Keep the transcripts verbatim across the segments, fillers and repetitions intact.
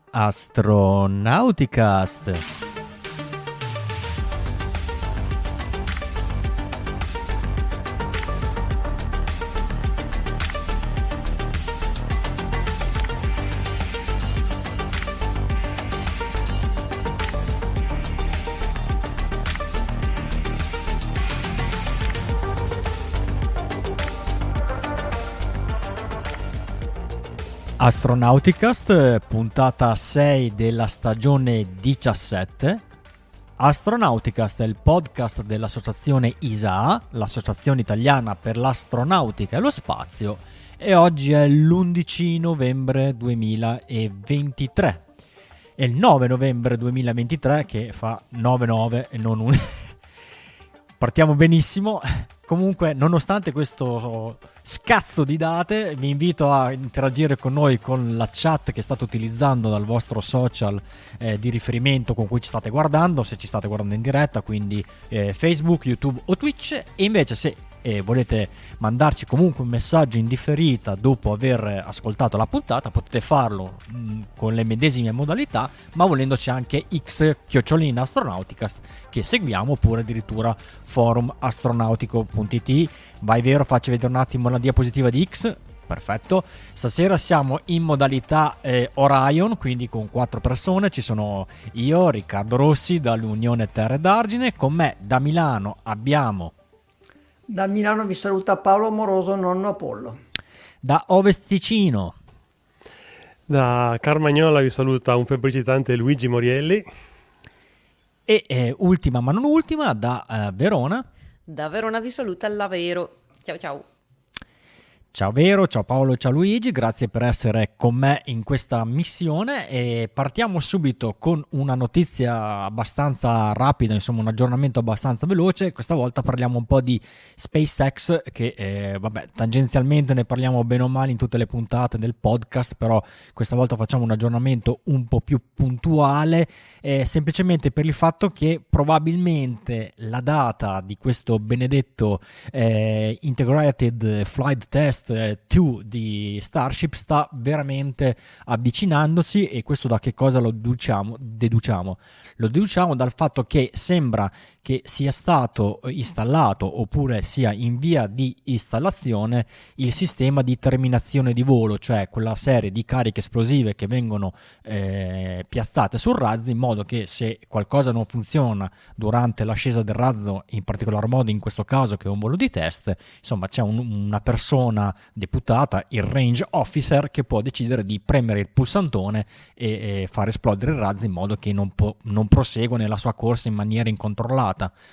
Astronauticast. Astronauticast, puntata sei della stagione diciassette. Astronauticast è il podcast dell'associazione I S A A, l'Associazione Italiana per l'Astronautica e lo Spazio, e oggi è l'undici novembre duemilaventitré. È il nove novembre duemilaventitré, che fa nove nove e non un... Partiamo benissimo. Comunque, nonostante questo scazzo di date, vi invito a interagire con noi con la chat che state utilizzando dal vostro social eh, di riferimento con cui ci state guardando, se ci state guardando in diretta, quindi eh, Facebook, YouTube o Twitch. E invece se eh, volete mandarci comunque un messaggio in differita dopo aver ascoltato la puntata, potete farlo mh, con le medesime modalità, ma volendoci anche x chiocciolina astronauticast che seguiamo, oppure addirittura forum astronautico punto it. Vai vero, facci vedere un attimo la diapositiva di X. Perfetto. Stasera siamo in modalità eh, Orion, quindi con quattro persone. Ci sono io, Riccardo Rossi dall'Unione Terre d'Argine. Con me da Milano abbiamo... Da Milano vi saluta Paolo Amoroso, nonno Apollo. Da Ovest Ticino. Da Carmagnola vi saluta un febbricitante Luigi Morielli. E eh, ultima ma non ultima, da eh, Verona. Da Verona vi saluta Lavero. Ciao ciao. Ciao Vero, ciao Paolo, ciao Luigi, grazie per essere con me in questa missione e partiamo subito con una notizia abbastanza rapida, insomma un aggiornamento abbastanza veloce. Questa volta parliamo un po' di SpaceX, che eh, vabbè, tangenzialmente ne parliamo bene o male in tutte le puntate del podcast, però questa volta facciamo un aggiornamento un po' più puntuale, eh, semplicemente per il fatto che probabilmente la data di questo benedetto eh, Integrated Flight Test due di Starship sta veramente avvicinandosi. E questo da che cosa lo deduciamo? deduciamo? Lo deduciamo dal fatto che sembra che sia stato installato oppure sia in via di installazione il sistema di terminazione di volo, cioè quella serie di cariche esplosive che vengono eh, piazzate sul razzo, in modo che se qualcosa non funziona durante l'ascesa del razzo, in particolar modo in questo caso che è un volo di test, insomma c'è un, una persona deputata, il range officer, che può decidere di premere il pulsantone e, e far esplodere il razzo in modo che non, po- non prosegua nella sua corsa in maniera incontrollata.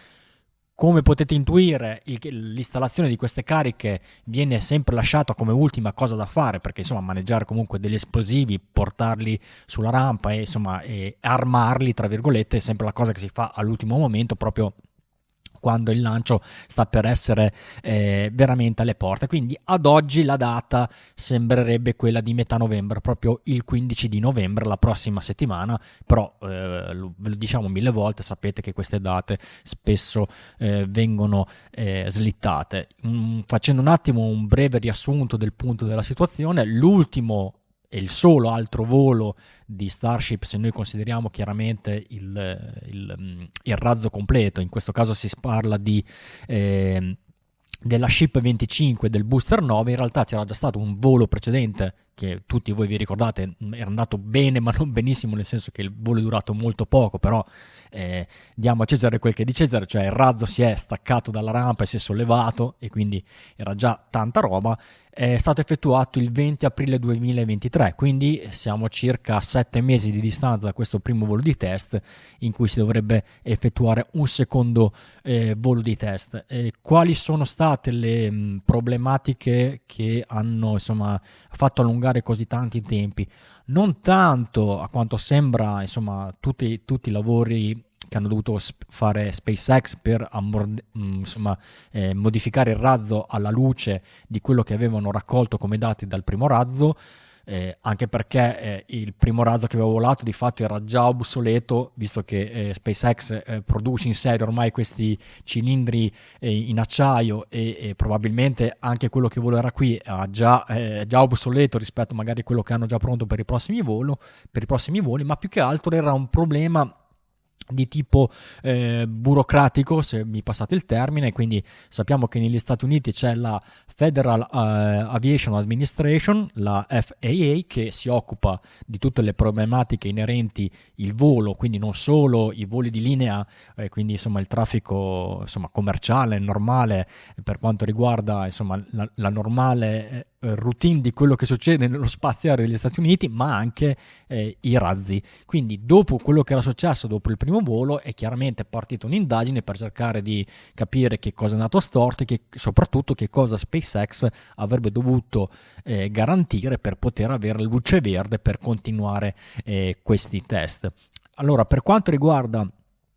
Come potete intuire, il, l'installazione di queste cariche viene sempre lasciata come ultima cosa da fare, perché insomma maneggiare comunque degli esplosivi, portarli sulla rampa e insomma e armarli tra virgolette è sempre la cosa che si fa all'ultimo momento, proprio quando il lancio sta per essere eh, veramente alle porte. Quindi ad oggi la data sembrerebbe quella di metà novembre, proprio il quindici di novembre, la prossima settimana, però eh, lo, ve lo diciamo mille volte, sapete che queste date spesso eh, vengono eh, slittate. Mm, facendo un attimo un breve riassunto del punto della situazione, l'ultimo e il solo altro volo di Starship, se noi consideriamo chiaramente il, il, il razzo completo, in questo caso si parla di eh, della Ship venticinque del Booster nove, in realtà c'era già stato un volo precedente che tutti voi vi ricordate era andato bene ma non benissimo, nel senso che il volo è durato molto poco, però eh, diamo a Cesare quel che è di Cesare, cioè il razzo si è staccato dalla rampa e si è sollevato e quindi era già tanta roba. È stato effettuato il venti aprile duemilaventitré, quindi siamo circa a sette mesi di distanza da questo primo volo di test in cui si dovrebbe effettuare un secondo eh, volo di test. E quali sono state le mh, problematiche che hanno insomma fatto allungare così tanti tempi? Non tanto, a quanto sembra, insomma, tutti, tutti i lavori che hanno dovuto fare SpaceX per ammord- insomma, eh, modificare il razzo alla luce di quello che avevano raccolto come dati dal primo razzo, eh, anche perché eh, il primo razzo che avevo volato di fatto era già obsoleto, visto che eh, SpaceX eh, produce in serie ormai questi cilindri eh, in acciaio e, e probabilmente anche quello che volerà qui è già, eh, già obsoleto rispetto magari a quello che hanno già pronto per i prossimi volo, per i prossimi voli, ma più che altro era un problema di tipo eh, burocratico, se mi passate il termine. Quindi sappiamo che negli Stati Uniti c'è la Federal uh, Aviation Administration, la F A A, che si occupa di tutte le problematiche inerenti il volo, quindi non solo i voli di linea, eh, quindi insomma il traffico insomma commerciale normale per quanto riguarda insomma la, la normale eh, routine di quello che succede nello spazio aereo degli Stati Uniti, ma anche eh, i razzi. Quindi dopo quello che era successo dopo il primo volo è chiaramente partita un'indagine per cercare di capire che cosa è andato storto e che, soprattutto che cosa SpaceX avrebbe dovuto eh, garantire per poter avere luce verde per continuare eh, questi test. Allora, per quanto riguarda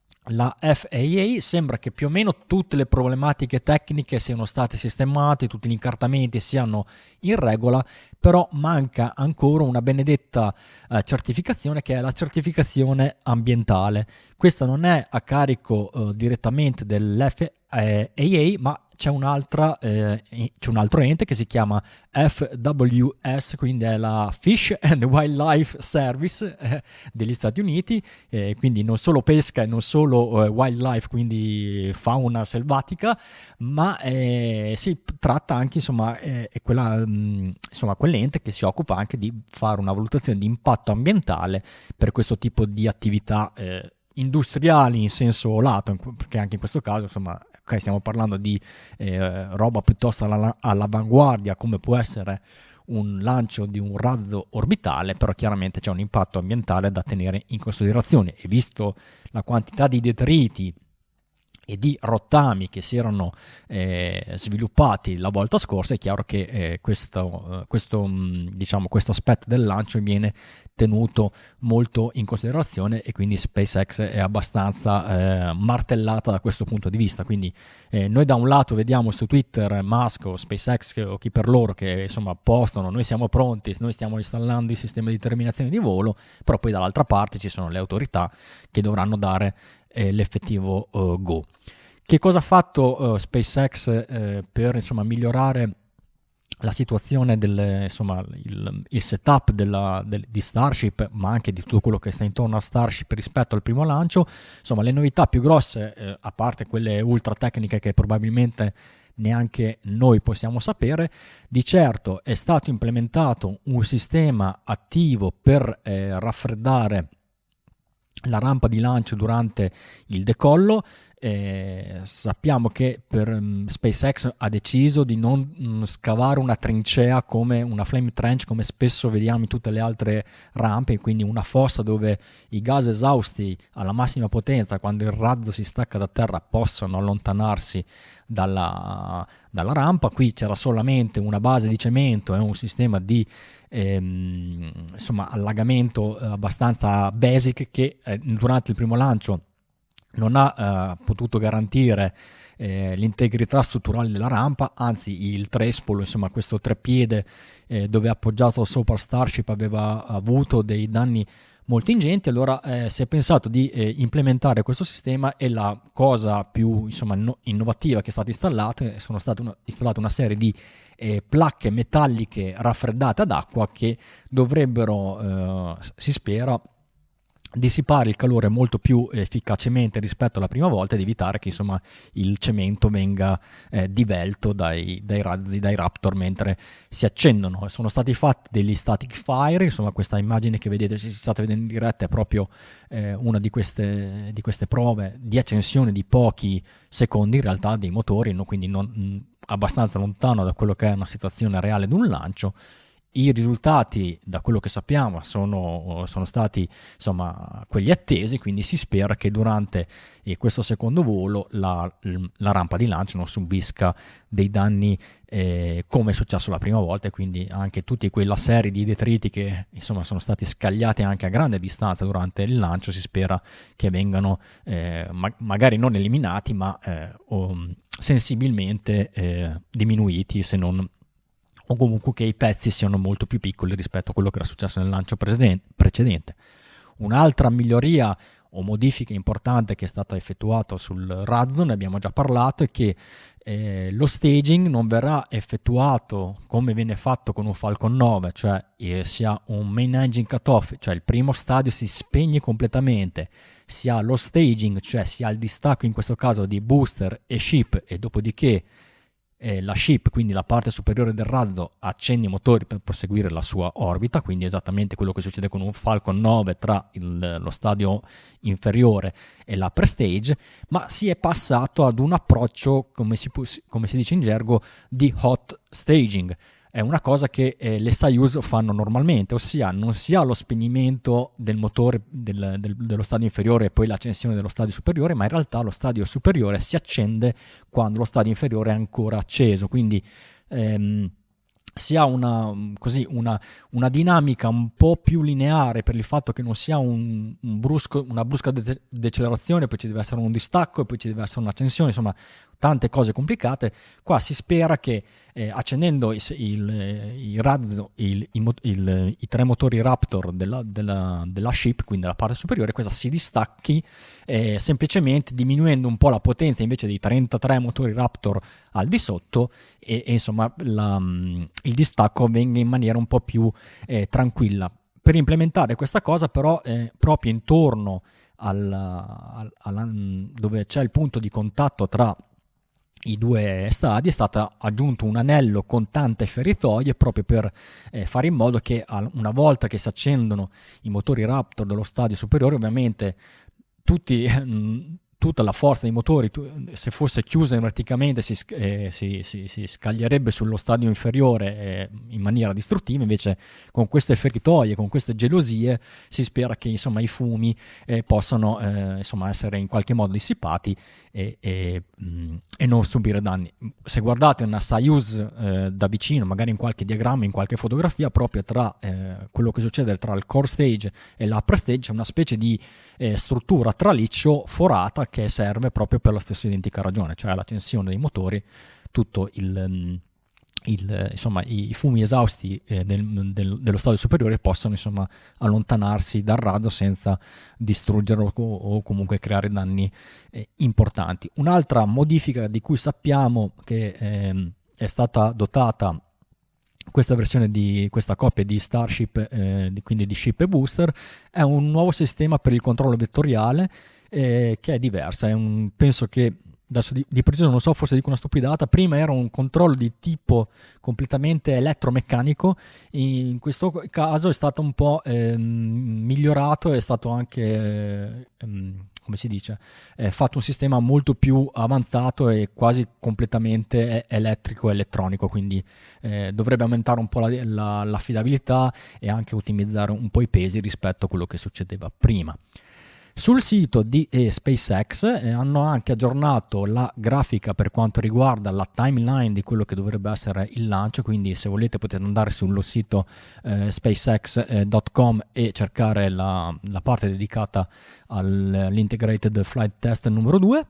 la F A A, sembra che più o meno tutte le problematiche tecniche siano state sistemate, tutti gli incartamenti siano in regola, però manca ancora una benedetta eh, certificazione, che è la certificazione ambientale. Questa non è a carico eh, direttamente dell'F A A, ma c'è un'altra, eh, c'è un altro ente che si chiama F W S, quindi è la Fish and Wildlife Service eh, degli Stati Uniti, eh, quindi non solo pesca e non solo eh, wildlife, quindi fauna selvatica, ma eh, si tratta anche, insomma, eh, è quella, mh, insomma, quell'ente che si occupa anche di fare una valutazione di impatto ambientale per questo tipo di attività eh, industriali in senso lato, perché anche in questo caso, insomma, okay, stiamo parlando di eh, roba piuttosto alla, all'avanguardia, come può essere un lancio di un razzo orbitale, però chiaramente c'è un impatto ambientale da tenere in considerazione, e visto la quantità di detriti e di rottami che si erano eh, sviluppati la volta scorsa, è chiaro che eh, questo, questo, diciamo, questo aspetto del lancio viene tenuto molto in considerazione, e quindi SpaceX è abbastanza eh, martellata da questo punto di vista. Quindi eh, noi da un lato vediamo su Twitter Musk o SpaceX o chi per loro che insomma postano noi siamo pronti, noi stiamo installando il sistema di terminazione di volo, però poi dall'altra parte ci sono le autorità che dovranno dare eh, l'effettivo uh, go. Che cosa ha fatto uh, SpaceX eh, per insomma migliorare la situazione del, insomma, il, il setup della, del, di Starship, ma anche di tutto quello che sta intorno a Starship rispetto al primo lancio? Insomma, le novità più grosse, eh, a parte quelle ultra tecniche che probabilmente neanche noi possiamo sapere, di certo è stato implementato un sistema attivo per eh, raffreddare la rampa di lancio durante il decollo. Eh, sappiamo che per um, SpaceX ha deciso di non um, scavare una trincea come una flame trench, come spesso vediamo in tutte le altre rampe, quindi una fossa dove i gas esausti alla massima potenza, quando il razzo si stacca da terra, possano allontanarsi dalla, dalla rampa. Qui c'era solamente una base di cemento e un sistema di ehm, insomma allagamento eh, abbastanza basic che eh, durante il primo lancio non ha eh, potuto garantire eh, l'integrità strutturale della rampa, anzi il trespolo, insomma questo treppiede eh, dove è appoggiato sopra Starship aveva avuto dei danni molto ingenti. Allora eh, si è pensato di eh, implementare questo sistema, e la cosa più insomma no, innovativa che è stata installata sono state una, installate una serie di eh, placche metalliche raffreddate ad acqua che dovrebbero, eh, si spera, dissipare il calore molto più efficacemente rispetto alla prima volta ed evitare che insomma il cemento venga eh, divelto dai, dai razzi, dai Raptor mentre si accendono. Sono stati fatti degli static fire, insomma questa immagine che vedete, se state vedendo in diretta, è proprio eh, una di queste, di queste prove di accensione di pochi secondi in realtà dei motori, no? Quindi non, mh, abbastanza lontano da quello che è una situazione reale di un lancio. I risultati, da quello che sappiamo, sono, sono stati insomma quelli attesi, quindi si spera che durante eh, questo secondo volo la, la rampa di lancio non subisca dei danni eh, come è successo la prima volta, e quindi anche tutti quella serie di detriti che insomma sono stati scagliati anche a grande distanza durante il lancio, si spera che vengano eh, ma- magari non eliminati, ma eh, o, sensibilmente eh, diminuiti, se non o comunque che i pezzi siano molto più piccoli rispetto a quello che era successo nel lancio precedente. Un'altra miglioria o modifica importante che è stata effettuata sul razzo, ne abbiamo già parlato, è che eh, lo staging non verrà effettuato come viene fatto con un Falcon nove, cioè eh, si ha un main engine cutoff, cioè il primo stadio si spegne completamente, si ha lo staging, cioè si ha il distacco in questo caso di booster e ship, e dopodiché eh, la ship, quindi la parte superiore del razzo, accende i motori per proseguire la sua orbita, quindi esattamente quello che succede con un Falcon nove tra il, lo stadio inferiore e la prestage, ma si è passato ad un approccio, come si, come si dice in gergo, di hot staging. È una cosa che eh, le Soyuz fanno normalmente, ossia non si ha lo spegnimento del motore del, del, dello stadio inferiore e poi l'accensione dello stadio superiore, ma in realtà lo stadio superiore si accende quando lo stadio inferiore è ancora acceso, quindi ehm, si ha una, così, una, una dinamica un po' più lineare per il fatto che non si ha un, un brusco, una brusca de- decelerazione, poi ci deve essere un distacco e poi ci deve essere un'accensione, insomma tante cose complicate. Qua si spera che eh, accendendo il, il, il razzo, il, il, il, i tre motori Raptor della, della, della ship, quindi la parte superiore, questa si distacchi eh, semplicemente diminuendo un po' la potenza invece dei trentatré motori Raptor al di sotto, e, e insomma la, il distacco avvenga in maniera un po' più eh, tranquilla. Per implementare questa cosa però eh, proprio intorno al, al, al, dove c'è il punto di contatto tra i due stadi è stato aggiunto un anello con tante feritoie proprio per eh, fare in modo che una volta che si accendono i motori Raptor dello stadio superiore, ovviamente tutti mh, tutta la forza dei motori, se fosse chiusa ermeticamente, si, eh, si, si, si scaglierebbe sullo stadio inferiore eh, in maniera distruttiva. Invece con queste feritoie, con queste gelosie, si spera che insomma i fumi eh, possano eh, insomma essere in qualche modo dissipati e, e, mh, e non subire danni. Se guardate una Soyuz eh, da vicino, magari in qualche diagramma, in qualche fotografia, proprio tra eh, quello che succede tra il core stage e l'upper stage c'è una specie di eh, struttura traliccio forata che serve proprio per la stessa identica ragione, cioè l'accensione dei motori, tutto il, il insomma i fumi esausti eh, del, del, dello stadio superiore possono insomma allontanarsi dal razzo senza distruggerlo o, o comunque creare danni eh, importanti. Un'altra modifica di cui sappiamo che eh, è stata dotata questa versione di questa coppia di Starship, eh, di, quindi di ship e booster, è un nuovo sistema per il controllo vettoriale eh, che è diversa. È un, penso che adesso di, di preciso non so, forse dico una stupidata, prima era un controllo di tipo completamente elettromeccanico, in questo caso è stato un po' eh, migliorato, è stato anche eh, come si dice, è fatto un sistema molto più avanzato e quasi completamente elettrico e elettronico, quindi eh, dovrebbe aumentare un po' la, la, l'affidabilità e anche ottimizzare un po' i pesi rispetto a quello che succedeva prima. Sul sito di eh, SpaceX eh, hanno anche aggiornato la grafica per quanto riguarda la timeline di quello che dovrebbe essere il lancio, quindi se volete potete andare sullo sito eh, spacex punto com e cercare la, la parte dedicata all'Integrated Flight Test numero due.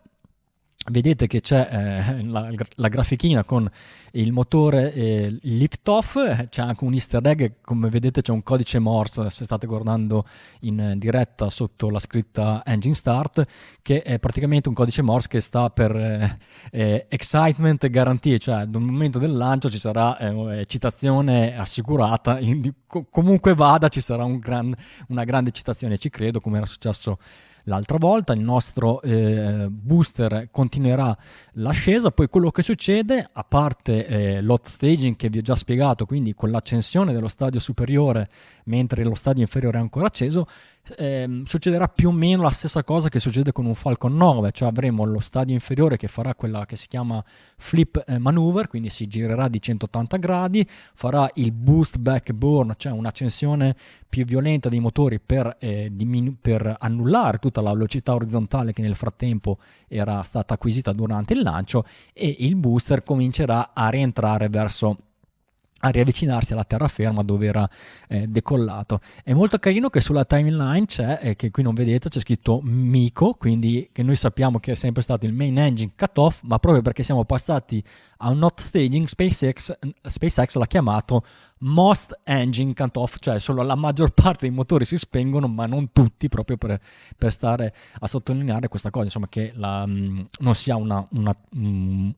Vedete che c'è eh, la, la grafichina con il motore eh, il lift off, c'è anche un easter egg, come vedete c'è un codice Morse se state guardando in diretta sotto la scritta engine start, che è praticamente un codice Morse che sta per eh, eh, excitement guarantee, cioè nel momento del lancio ci sarà eh, citazione assicurata, in, comunque vada ci sarà un gran, una grande citazione, ci credo, come era successo l'altra volta. Il nostro eh, booster continuerà l'ascesa. Poi quello che succede, a parte eh, l'hot staging che vi ho già spiegato, quindi con l'accensione dello stadio superiore mentre lo stadio inferiore è ancora acceso, eh, succederà più o meno la stessa cosa che succede con un Falcon nove, cioè avremo lo stadio inferiore che farà quella che si chiama flip eh, maneuver, quindi si girerà di centottanta gradi, farà il boost backburn, cioè un'accensione più violenta dei motori per, eh, diminu- per annullare tutta la velocità orizzontale che nel frattempo era stata acquisita durante il lancio, e il booster comincerà a rientrare verso a riavvicinarsi alla terraferma dove era eh, decollato. È molto carino che sulla timeline c'è, eh, che qui non vedete, c'è scritto Mico, quindi che noi sappiamo che è sempre stato il main engine cut-off, ma proprio perché siamo passati a un hot staging, SpaceX, SpaceX l'ha chiamato most engine cut-off, cioè solo la maggior parte dei motori si spengono, ma non tutti, proprio per, per stare a sottolineare questa cosa, insomma, che la, mh, non sia una... una mh,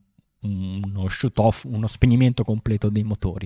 uno shoot off, uno spegnimento completo dei motori.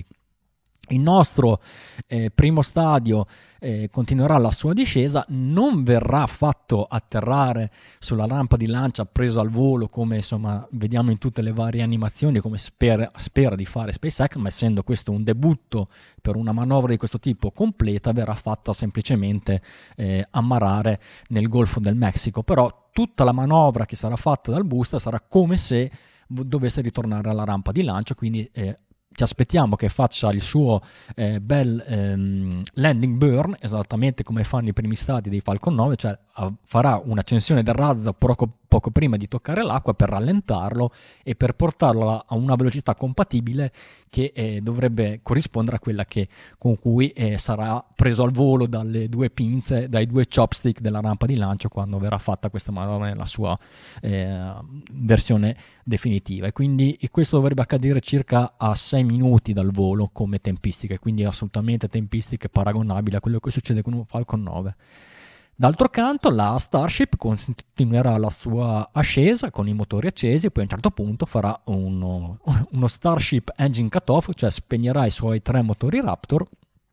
Il nostro eh, primo stadio eh, continuerà la sua discesa, non verrà fatto atterrare sulla rampa di lancia preso al volo come insomma vediamo in tutte le varie animazioni, come spera, spera di fare SpaceX, ma essendo questo un debutto per una manovra di questo tipo completa, verrà fatta semplicemente eh, ammarrare nel Golfo del Messico. Però tutta la manovra che sarà fatta dal booster sarà come se dovesse ritornare alla rampa di lancio, quindi eh, ci aspettiamo che faccia il suo eh, bel ehm, landing burn, esattamente come fanno i primi stadi dei Falcon nove, cioè uh, farà un'accensione del razzo poco, poco prima di toccare l'acqua per rallentarlo e per portarlo a una velocità compatibile che eh, dovrebbe corrispondere a quella che, con cui eh, sarà preso al volo dalle due pinze, dai due chopstick della rampa di lancio quando verrà fatta questa manovra nella sua eh, versione definitiva. E quindi e questo dovrebbe accadere circa a sei minuti dal volo come tempistiche, quindi assolutamente tempistiche paragonabili a quello che succede con un Falcon nove. D'altro canto la Starship continuerà la sua ascesa con i motori accesi e poi a un certo punto farà uno, uno Starship Engine Cut-off, cioè spegnerà i suoi tre motori Raptor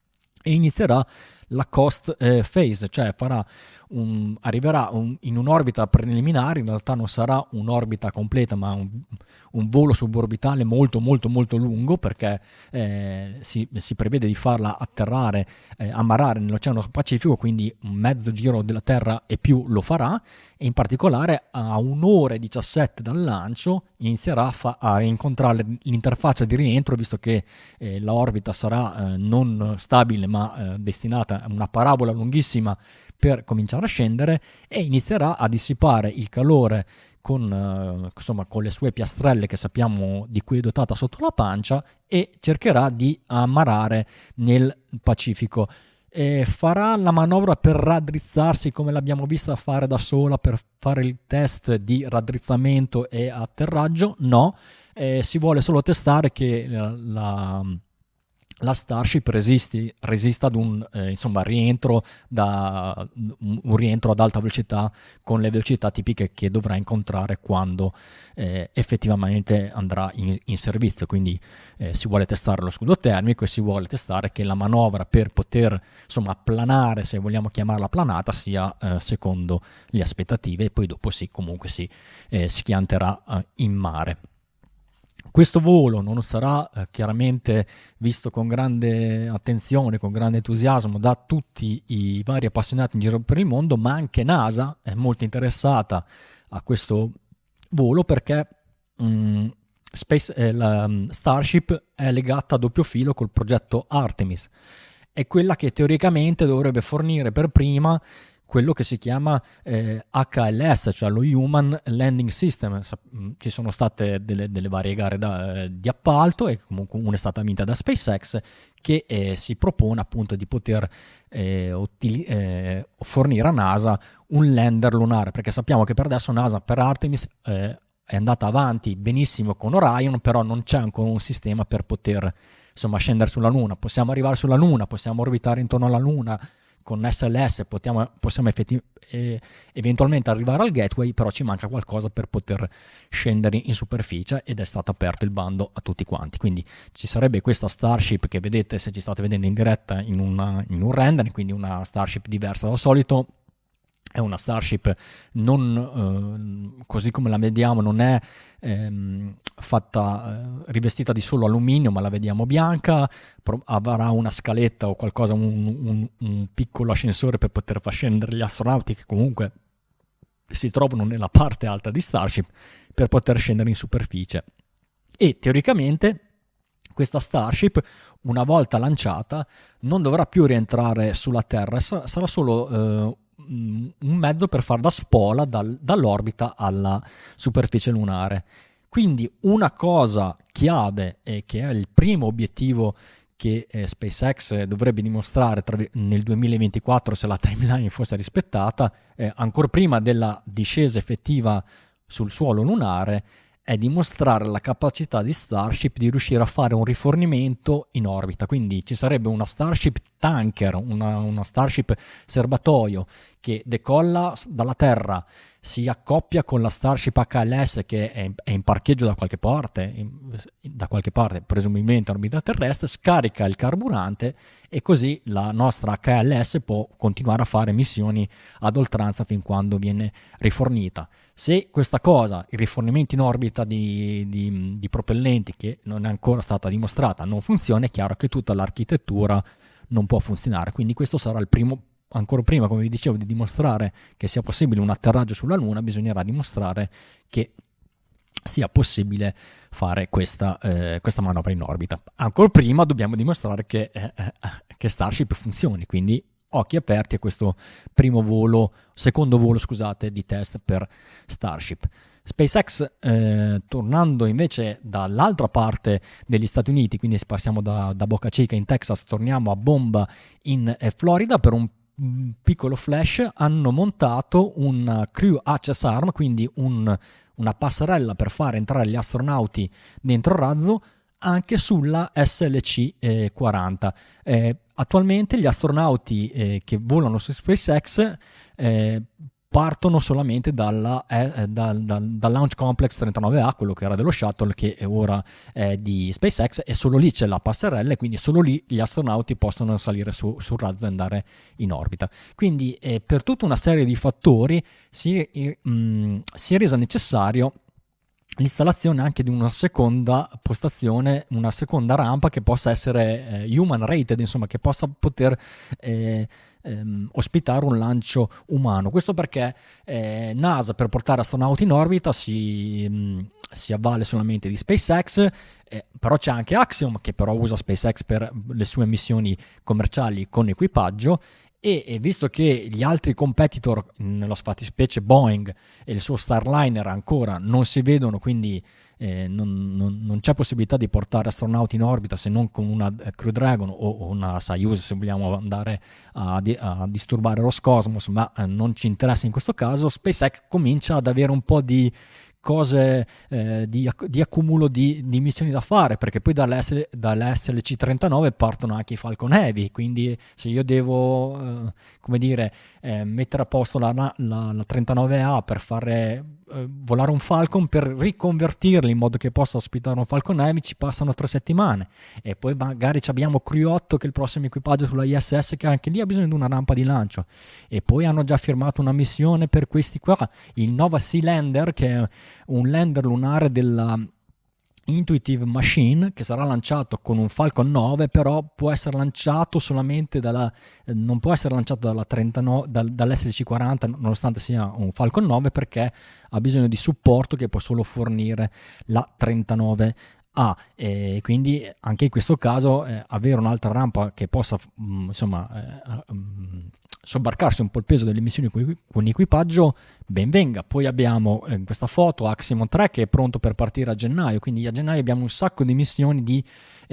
e inizierà la coast eh, phase, cioè farà un, arriverà un, in un'orbita preliminare, in realtà non sarà un'orbita completa ma un, un volo suborbitale molto molto molto lungo, perché eh, si, si prevede di farla atterrare, eh, ammarrare nell'Oceano Pacifico, quindi un mezzo giro della Terra e più lo farà, e in particolare a un'ora e diciassette dal lancio inizierà a, fa- a incontrare l'interfaccia di rientro, visto che eh, l'orbita sarà eh, non stabile ma eh, destinata a una parabola lunghissima per cominciare a scendere, e inizierà a dissipare il calore con, eh, insomma, con le sue piastrelle che sappiamo di cui è dotata sotto la pancia, e cercherà di ammarrare nel Pacifico. E farà la manovra per raddrizzarsi come l'abbiamo vista fare da sola per fare il test di raddrizzamento e atterraggio? No, eh, si vuole solo testare che la, la la Starship resisti, resista ad un eh, insomma, rientro da, un rientro ad alta velocità con le velocità tipiche che dovrà incontrare quando eh, effettivamente andrà in, in servizio. Quindi eh, si vuole testare lo scudo termico e si vuole testare che la manovra per poter insomma planare, se vogliamo chiamarla planata, sia eh, secondo le aspettative, e poi dopo sì, comunque si eh, schianterà eh, in mare. Questo volo non sarà eh, chiaramente visto con grande attenzione, con grande entusiasmo da tutti i vari appassionati in giro per il mondo, ma anche NASA è molto interessata a questo volo, perché mh, Space, eh, la um, Starship è legata a doppio filo col progetto Artemis. È quella che teoricamente dovrebbe fornire per prima quello che si chiama eh, H L S, cioè lo Human Landing System. Ci sono state delle, delle varie gare da, eh, di appalto, e comunque una è stata vinta da SpaceX, che eh, si propone appunto di poter eh, util- eh, fornire a NASA un lander lunare, perché sappiamo che per adesso NASA per Artemis eh, è andata avanti benissimo con Orion, però non c'è ancora un sistema per poter insomma scendere sulla Luna. Possiamo arrivare sulla Luna, possiamo orbitare intorno alla Luna con S L S, possiamo, possiamo effetti, eh, eventualmente arrivare al gateway, però ci manca qualcosa per poter scendere in superficie, ed è stato aperto il bando a tutti quanti. Quindi ci sarebbe questa Starship che vedete, se ci state vedendo in diretta, in, una, in un render, quindi una Starship diversa dal solito. È una Starship non eh, così come la vediamo, non è ehm, fatta eh, rivestita di solo alluminio, ma la vediamo bianca. Pro- avrà una scaletta o qualcosa, un, un, un piccolo ascensore per poter far scendere gli astronauti, che comunque si trovano nella parte alta di Starship, per poter scendere in superficie. E teoricamente questa Starship, una volta lanciata, non dovrà più rientrare sulla Terra, sarà solo eh, un mezzo per far da spola dal, dall'orbita alla superficie lunare. Quindi una cosa chiave, e che è il primo obiettivo che eh, SpaceX dovrebbe dimostrare tra, nel duemilaventiquattro, se la timeline fosse rispettata, eh, ancora prima della discesa effettiva sul suolo lunare, è dimostrare la capacità di Starship di riuscire a fare un rifornimento in orbita. Quindi ci sarebbe una Starship tanker, una, una Starship serbatoio che decolla dalla Terra, si accoppia con la Starship H L S che è in, è in parcheggio da qualche parte, in, da qualche parte presumibilmente in orbita terrestre, scarica il carburante e così la nostra H L S può continuare a fare missioni ad oltranza fin quando viene rifornita. Se questa cosa, il rifornimento in orbita di, di, di propellenti, che non è ancora stata dimostrata, non funziona, è chiaro che tutta l'architettura non può funzionare. Quindi questo sarà il primo, ancora prima, come vi dicevo, di dimostrare che sia possibile un atterraggio sulla Luna, bisognerà dimostrare che sia possibile fare questa, eh, questa manovra in orbita. Ancora prima dobbiamo dimostrare che, eh, che Starship funzioni, quindi occhi aperti a questo primo volo, secondo volo, scusate, di test per Starship. SpaceX, eh, tornando invece dall'altra parte degli Stati Uniti, quindi passiamo da, da Boca Chica in Texas, torniamo a Bomba in eh, Florida, per un piccolo flash hanno montato un Crew Access Arm, quindi un, una passerella per fare entrare gli astronauti dentro il razzo, anche sulla S L C quaranta. Eh, attualmente gli astronauti eh, che volano su SpaceX eh, partono solamente dalla, eh, dal, dal, dal Launch Complex trentanove A, quello che era dello shuttle, che ora è di SpaceX, e solo lì c'è la passerella e quindi solo lì gli astronauti possono salire su, sul razzo e andare in orbita. Quindi eh, per tutta una serie di fattori si, eh, mh, si è resa necessario l'installazione anche di una seconda postazione, una seconda rampa che possa essere eh, human rated, insomma, che possa poter eh, ehm, ospitare un lancio umano. Questo perché eh, NASA, per portare astronauti in orbita, si, mh, si avvale solamente di SpaceX, eh, però c'è anche Axiom, che però usa SpaceX per le sue missioni commerciali con equipaggio. E, e visto che gli altri competitor, nello fattispecie Boeing e il suo Starliner, ancora non si vedono, quindi eh, non, non, non c'è possibilità di portare astronauti in orbita se non con una Crew Dragon o, o una Soyuz, se vogliamo andare a, a disturbare Roscosmos, ma eh, non ci interessa in questo caso, SpaceX comincia ad avere un po' di cose eh, di, di accumulo di, di missioni da fare, perché poi dall'S, dall'S L C trentanove partono anche i Falcon Heavy, quindi se io devo eh, come dire eh, mettere a posto la, la, la trentanove A per fare eh, volare un Falcon, per riconvertirli in modo che possa ospitare un Falcon Heavy ci passano tre settimane, e poi magari abbiamo Crew otto, che è il prossimo equipaggio sulla I S S, che anche lì ha bisogno di una rampa di lancio, e poi hanno già firmato una missione per questi qua, il Nova Sea Lander, che è un lander lunare della Intuitive Machine, che sarà lanciato con un Falcon nove, però può essere lanciato solamente dalla eh, non può essere lanciato dalla trentanove, dal, dall'S L C quaranta, nonostante sia un Falcon nove, perché ha bisogno di supporto che può solo fornire la trentanove A, e quindi anche in questo caso eh, avere un'altra rampa che possa mh, insomma eh, mh, sobbarcarsi un po' il peso delle missioni con equipaggio, ben venga. Poi abbiamo eh, questa foto Axiom tre che è pronto per partire a gennaio, quindi a gennaio abbiamo un sacco di missioni di,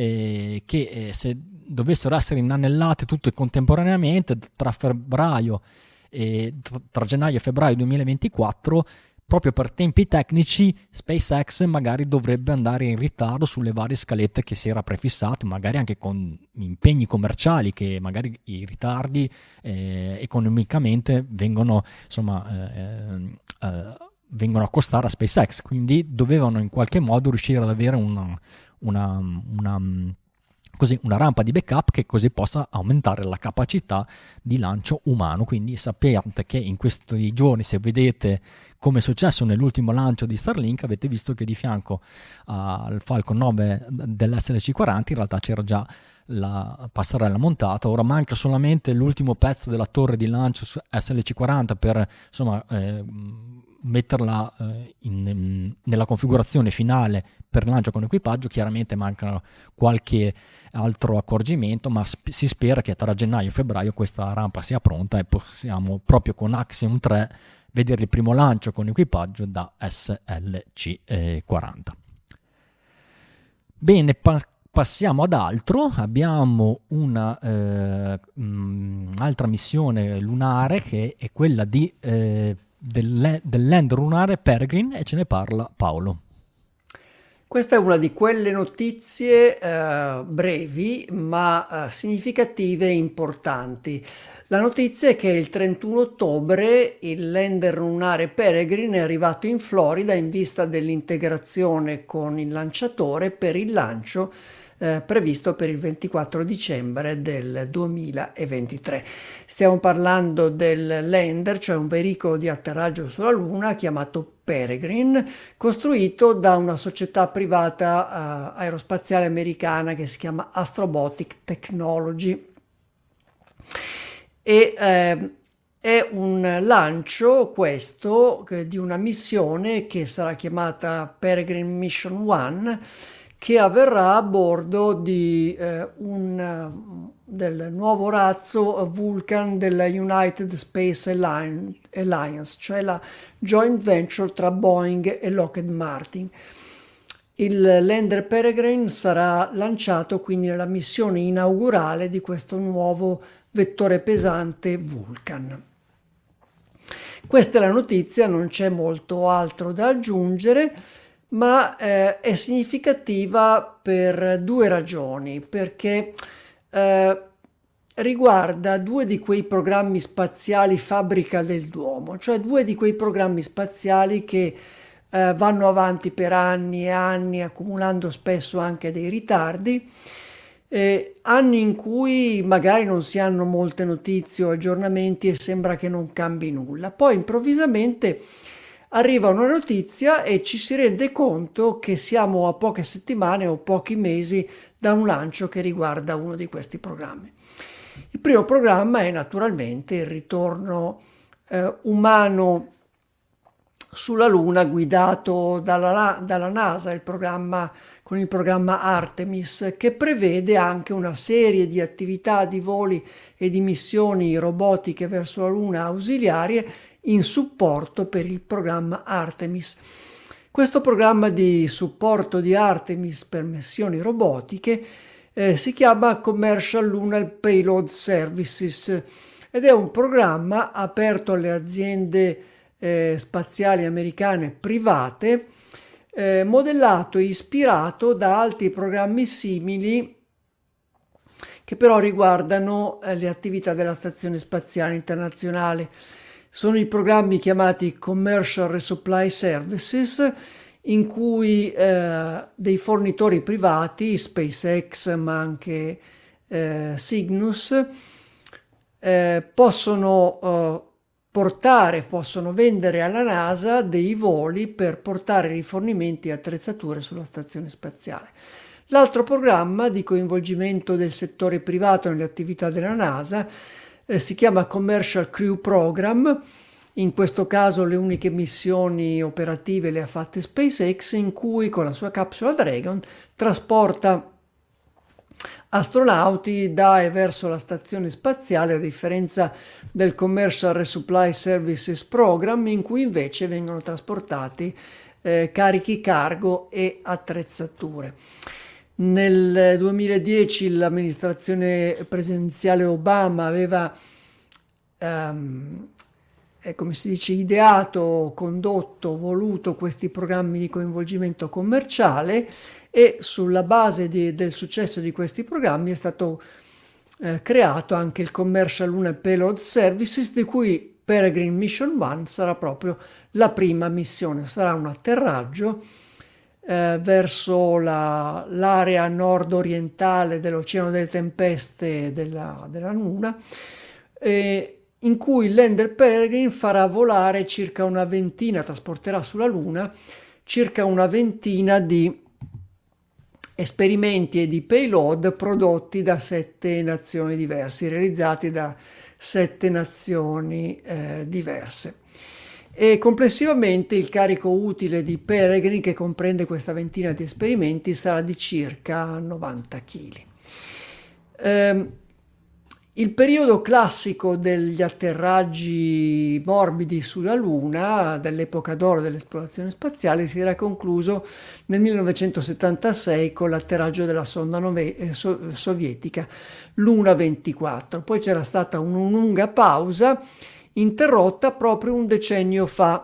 eh, che eh, se dovessero essere inanellate tutte contemporaneamente tra febbraio e tra, tra gennaio e febbraio duemilaventiquattro, proprio per tempi tecnici SpaceX magari dovrebbe andare in ritardo sulle varie scalette che si era prefissato, magari anche con impegni commerciali che magari i ritardi eh, economicamente vengono insomma eh, eh, vengono a costare a SpaceX, quindi dovevano in qualche modo riuscire ad avere una, una, una così una rampa di backup che così possa aumentare la capacità di lancio umano. Quindi sappiate che in questi giorni, se vedete come è successo nell'ultimo lancio di Starlink, avete visto che di fianco al Falcon nove dell'S L C quaranta in realtà c'era già la passerella montata. Ora manca solamente l'ultimo pezzo della torre di lancio su S L C quaranta per insomma eh, metterla eh, in, nella configurazione finale per lancio con equipaggio. Chiaramente manca qualche altro accorgimento, ma sp- si spera che tra gennaio e febbraio questa rampa sia pronta e possiamo proprio con Axiom tre vedere il primo lancio con equipaggio da S L C quaranta. Bene, pa- passiamo ad altro. Abbiamo una eh, mh, altra missione lunare che è quella di, eh, del, del lander lunare Peregrine, e ce ne parla Paolo. Questa è una di quelle notizie eh, brevi ma eh, significative e importanti. La notizia è che il trentuno ottobre il lander lunare Peregrine è arrivato in Florida in vista dell'integrazione con il lanciatore per il lancio eh, previsto per il ventiquattro dicembre del duemilaventitré. Stiamo parlando del lander, cioè un veicolo di atterraggio sulla Luna chiamato Peregrine, costruito da una società privata uh, aerospaziale americana che si chiama Astrobotic Technology. E eh, è un lancio questo di una missione che sarà chiamata Peregrine Mission One, che avverrà a bordo di eh, un del nuovo razzo Vulcan della United Space Alliance, cioè la joint venture tra Boeing e Lockheed Martin. Il lander Peregrine sarà lanciato quindi nella missione inaugurale di questo nuovo vettore pesante Vulcan. Questa è la notizia, non c'è molto altro da aggiungere, ma eh, è significativa per due ragioni, perché eh, riguarda due di quei programmi spaziali fabbrica del Duomo, cioè due di quei programmi spaziali che eh, vanno avanti per anni e anni, accumulando spesso anche dei ritardi, eh, anni in cui magari non si hanno molte notizie o aggiornamenti e sembra che non cambi nulla. Poi improvvisamente arriva una notizia e ci si rende conto che siamo a poche settimane o pochi mesi da un lancio che riguarda uno di questi programmi. Il primo programma è naturalmente il ritorno eh, umano sulla Luna guidato dalla, dalla NASA, il programma, con il programma Artemis, che prevede anche una serie di attività, di voli e di missioni robotiche verso la Luna ausiliarie in supporto per il programma Artemis. Questo programma di supporto di Artemis per missioni robotiche eh, si chiama Commercial Lunar Payload Services ed è un programma aperto alle aziende eh, spaziali americane private, eh, modellato e ispirato da altri programmi simili che però riguardano eh, le attività della Stazione Spaziale Internazionale. Sono i programmi chiamati Commercial Resupply Services, in cui eh, dei fornitori privati, SpaceX ma anche eh, Cygnus, eh, possono eh, portare, possono vendere alla NASA dei voli per portare rifornimenti e attrezzature sulla stazione spaziale. L'altro programma di coinvolgimento del settore privato nelle attività della NASA eh, si chiama Commercial Crew Program. In questo caso le uniche missioni operative le ha fatte SpaceX, in cui con la sua capsula Dragon trasporta astronauti da e verso la stazione spaziale, a differenza del Commercial Resupply Services Program, in cui invece vengono trasportati eh, carichi cargo e attrezzature. Nel duemiladieci l'amministrazione presidenziale Obama aveva um, è come si dice, ideato, condotto, voluto questi programmi di coinvolgimento commerciale, e sulla base di, del successo di questi programmi è stato eh, creato anche il Commercial Lunar Payload Services, di cui Peregrine Mission One sarà proprio la prima missione. Sarà un atterraggio eh, verso la, l'area nord-orientale dell'Oceano delle Tempeste della, della Luna, e in cui il lander Peregrine farà volare circa una ventina, trasporterà sulla Luna circa una ventina di esperimenti e di payload prodotti da sette nazioni diverse, realizzati da sette nazioni eh, diverse. e complessivamente il carico utile di Peregrine, che comprende questa ventina di esperimenti, sarà di circa novanta chili. Eh, il periodo classico degli atterraggi morbidi sulla Luna, dell'epoca d'oro dell'esplorazione spaziale, si era concluso nel millenovecentosettantasei con l'atterraggio della sonda nove- eh, so- sovietica Luna ventiquattro. Poi c'era stata una lunga pausa interrotta proprio un decennio fa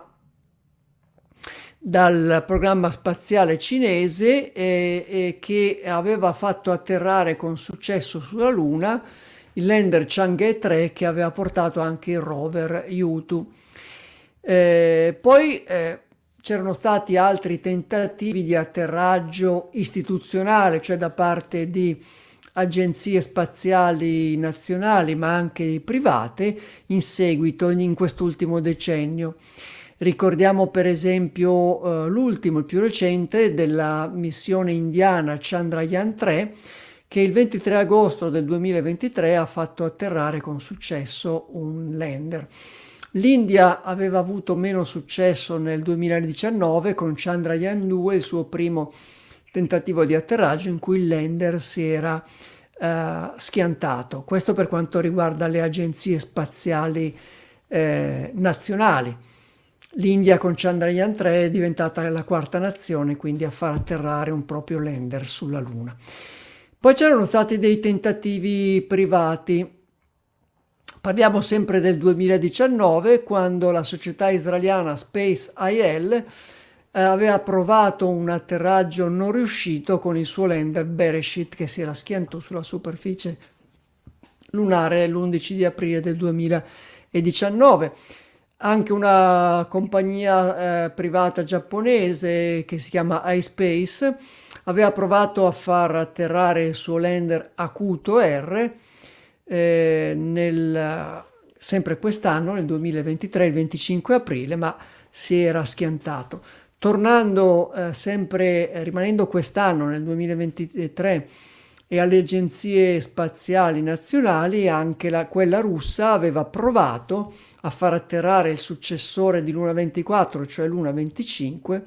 dal programma spaziale cinese eh, eh, che aveva fatto atterrare con successo sulla Luna il lander Chang'e tre, che aveva portato anche il rover Yutu. Eh, poi eh, c'erano stati altri tentativi di atterraggio istituzionale, cioè da parte di agenzie spaziali nazionali ma anche private in seguito, in quest'ultimo decennio. Ricordiamo per esempio eh, l'ultimo, il più recente, della missione indiana Chandrayaan tre, che il ventitré agosto del duemilaventitré ha fatto atterrare con successo un lander. L'India aveva avuto meno successo nel duemiladiciannove con Chandrayaan due, il suo primo tentativo di atterraggio in cui il lander si era eh, schiantato. Questo per quanto riguarda le agenzie spaziali eh, nazionali. L'India con Chandrayaan tre è diventata la quarta nazione quindi a far atterrare un proprio lander sulla Luna. Poi c'erano stati dei tentativi privati. Parliamo sempre del duemiladiciannove, quando la società israeliana Space I L eh, aveva provato un atterraggio non riuscito con il suo lander Bereshit, che si era schiantato sulla superficie lunare l'undici di aprile del duemiladiciannove. Anche una compagnia eh, privata giapponese che si chiama iSpace aveva provato a far atterrare il suo lander Akuto R eh, nel, sempre quest'anno, nel duemilaventitré, il venticinque aprile, ma si era schiantato. Tornando eh, sempre, eh, rimanendo quest'anno, nel duemilaventitré, e alle agenzie spaziali nazionali, anche la, quella russa aveva provato a far atterrare il successore di Luna ventiquattro, cioè Luna venticinque,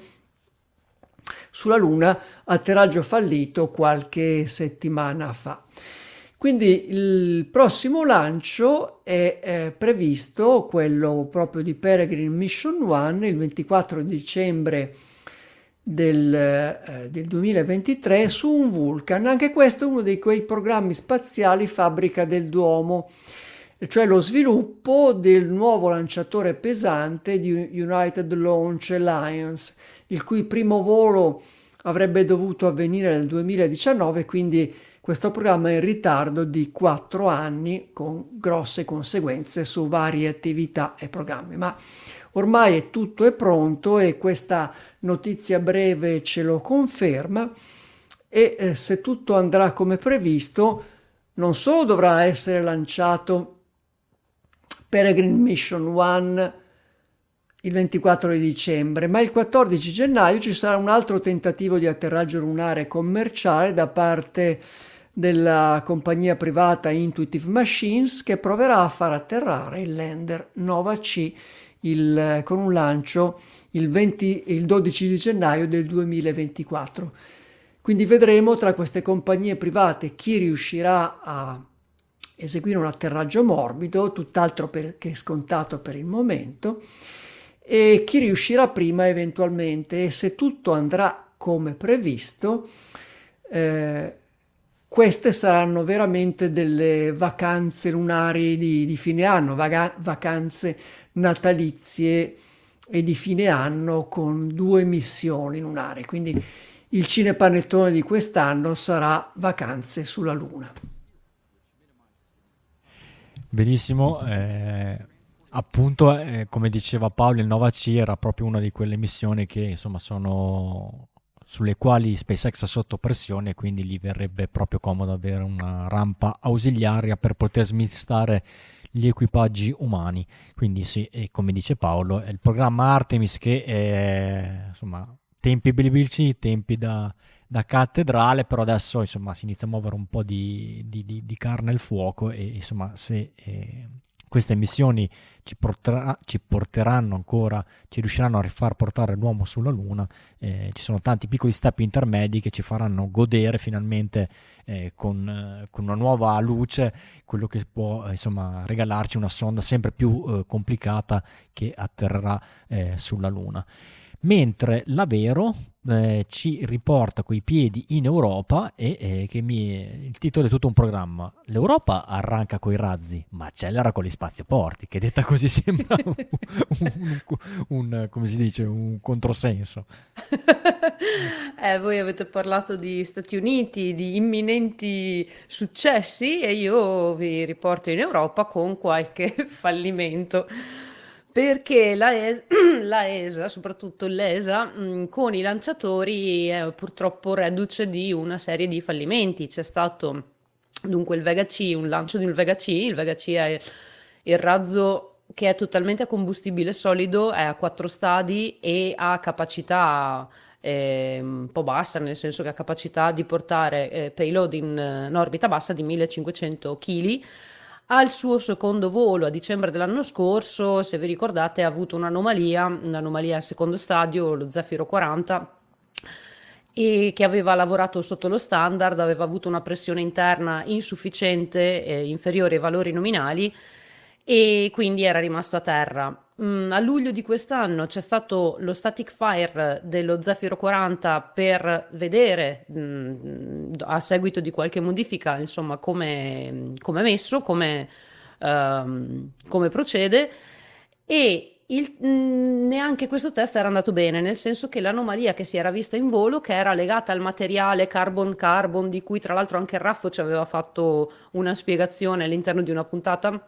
sulla Luna, atterraggio fallito qualche settimana fa. Quindi il prossimo lancio è eh, previsto, quello proprio di Peregrine Mission uno, il ventiquattro dicembre del, eh, del duemilaventitré su un Vulcan. Anche questo è uno di quei programmi spaziali fabbrica del Duomo, cioè lo sviluppo del nuovo lanciatore pesante di United Launch Alliance, il cui primo volo avrebbe dovuto avvenire nel duemiladiciannove, quindi questo programma è in ritardo di quattro anni con grosse conseguenze su varie attività e programmi, ma ormai è tutto è pronto e questa notizia breve ce lo conferma e eh, se tutto andrà come previsto non solo dovrà essere lanciato Peregrine Mission uno il ventiquattro di dicembre, ma il quattordici gennaio ci sarà un altro tentativo di atterraggio lunare commerciale da parte della compagnia privata Intuitive Machines, che proverà a far atterrare il lander Nova C il, con un lancio il, venti, il dodici di gennaio del duemilaventiquattro. Quindi vedremo tra queste compagnie private chi riuscirà a eseguire un atterraggio morbido, tutt'altro per, che scontato per il momento, e chi riuscirà prima eventualmente. E se tutto andrà come previsto, eh, queste saranno veramente delle vacanze lunari di, di fine anno, vaga- vacanze natalizie e di fine anno con due missioni lunari. Quindi il cinepanettone di quest'anno sarà Vacanze sulla Luna. Benissimo, eh, appunto eh, come diceva Paolo, il Nova C era proprio una di quelle missioni che insomma sono sulle quali SpaceX è sotto pressione, quindi gli verrebbe proprio comodo avere una rampa ausiliaria per poter smistare gli equipaggi umani. Quindi sì, e come dice Paolo, è il programma Artemis che è insomma tempi biblici, tempi da, da cattedrale, però adesso insomma si inizia a muovere un po' di, di, di, di carne al fuoco e insomma se eh, queste missioni ci, porterà, ci porteranno ancora, ci riusciranno a rifar portare l'uomo sulla Luna. Eh, ci sono tanti piccoli step intermedi che ci faranno godere finalmente eh, con, eh, con una nuova luce quello che può eh, insomma regalarci una sonda sempre più eh, complicata che atterrerà eh, sulla Luna. Mentre l'Avero eh, ci riporta coi piedi in Europa e eh, che mi, il titolo è tutto un programma. L'Europa arranca coi razzi, ma accelera con gli spazioporti, che detta così sembra un, un, un, un come si dice, un controsenso. Eh, voi avete parlato di Stati Uniti, di imminenti successi e io vi riporto in Europa con qualche fallimento. Perché la E S A, la E S A, soprattutto l'E S A, mh, con i lanciatori è purtroppo reduce di una serie di fallimenti. C'è stato dunque il Vega C, un lancio di un Vega C, il Vega C è il razzo che è totalmente a combustibile solido, è a quattro stadi e ha capacità eh, un po' bassa, nel senso che ha capacità di portare eh, payload in, in orbita bassa di millecinquecento chili. Al suo secondo volo a dicembre dell'anno scorso, se vi ricordate, ha avuto un'anomalia, un'anomalia al secondo stadio, lo Zefiro quaranta, e che aveva lavorato sotto lo standard, aveva avuto una pressione interna insufficiente, eh, inferiore ai valori nominali, e quindi era rimasto a terra. Mm, a luglio di quest'anno c'è stato lo static fire dello Zefiro quaranta per vedere, mm, a seguito di qualche modifica, insomma, come come è messo, come, ehm, come procede, e il- mm, neanche questo test era andato bene, nel senso che l'anomalia che si era vista in volo, che era legata al materiale carbon-carbon, di cui tra l'altro anche il Raffo ci aveva fatto una spiegazione all'interno di una puntata,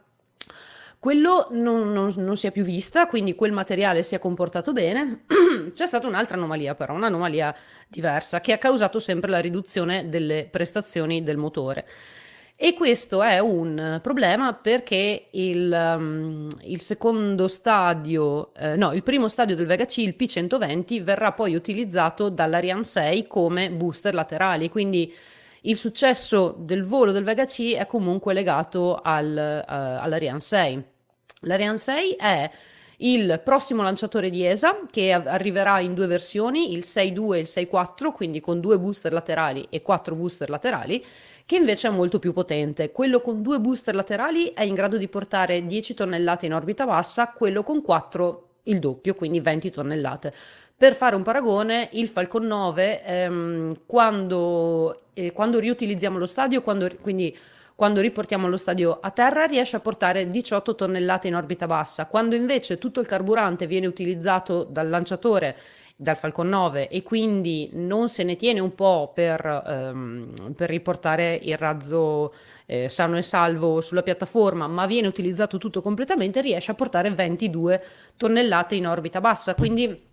quello non, non- non si è più vista, quindi quel materiale si è comportato bene. C'è stata un'altra anomalia però, un'anomalia diversa, che ha causato sempre la riduzione delle prestazioni del motore. E questo è un problema perché il, um, il secondo stadio, eh, no, il primo stadio del Vega C, il P centoventi, verrà poi utilizzato dall'Ariane sei come booster laterali, quindi il successo del volo del Vega C è comunque legato al, eh, all'Ariane sei. L'Ariane sei è il prossimo lanciatore di E S A che av- arriverà in due versioni, il sei due e il sei quattro, quindi con due booster laterali e quattro booster laterali, che invece è molto più potente. Quello con due booster laterali è in grado di portare dieci tonnellate in orbita bassa, quello con quattro il doppio, quindi venti tonnellate. Per fare un paragone, il Falcon nove, ehm, quando, eh, quando riutilizziamo lo stadio, quando, quindi quando riportiamo lo stadio a terra, riesce a portare diciotto tonnellate in orbita bassa. Quando invece tutto il carburante viene utilizzato dal lanciatore, dal Falcon nove, e quindi non se ne tiene un po' per, ehm, per riportare il razzo eh, sano e salvo sulla piattaforma, ma viene utilizzato tutto completamente, riesce a portare ventidue tonnellate in orbita bassa. Quindi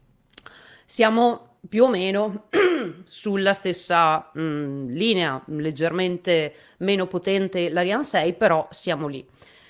siamo più o meno sulla stessa mh, linea, leggermente meno potente l'Ariane sei, però siamo lì.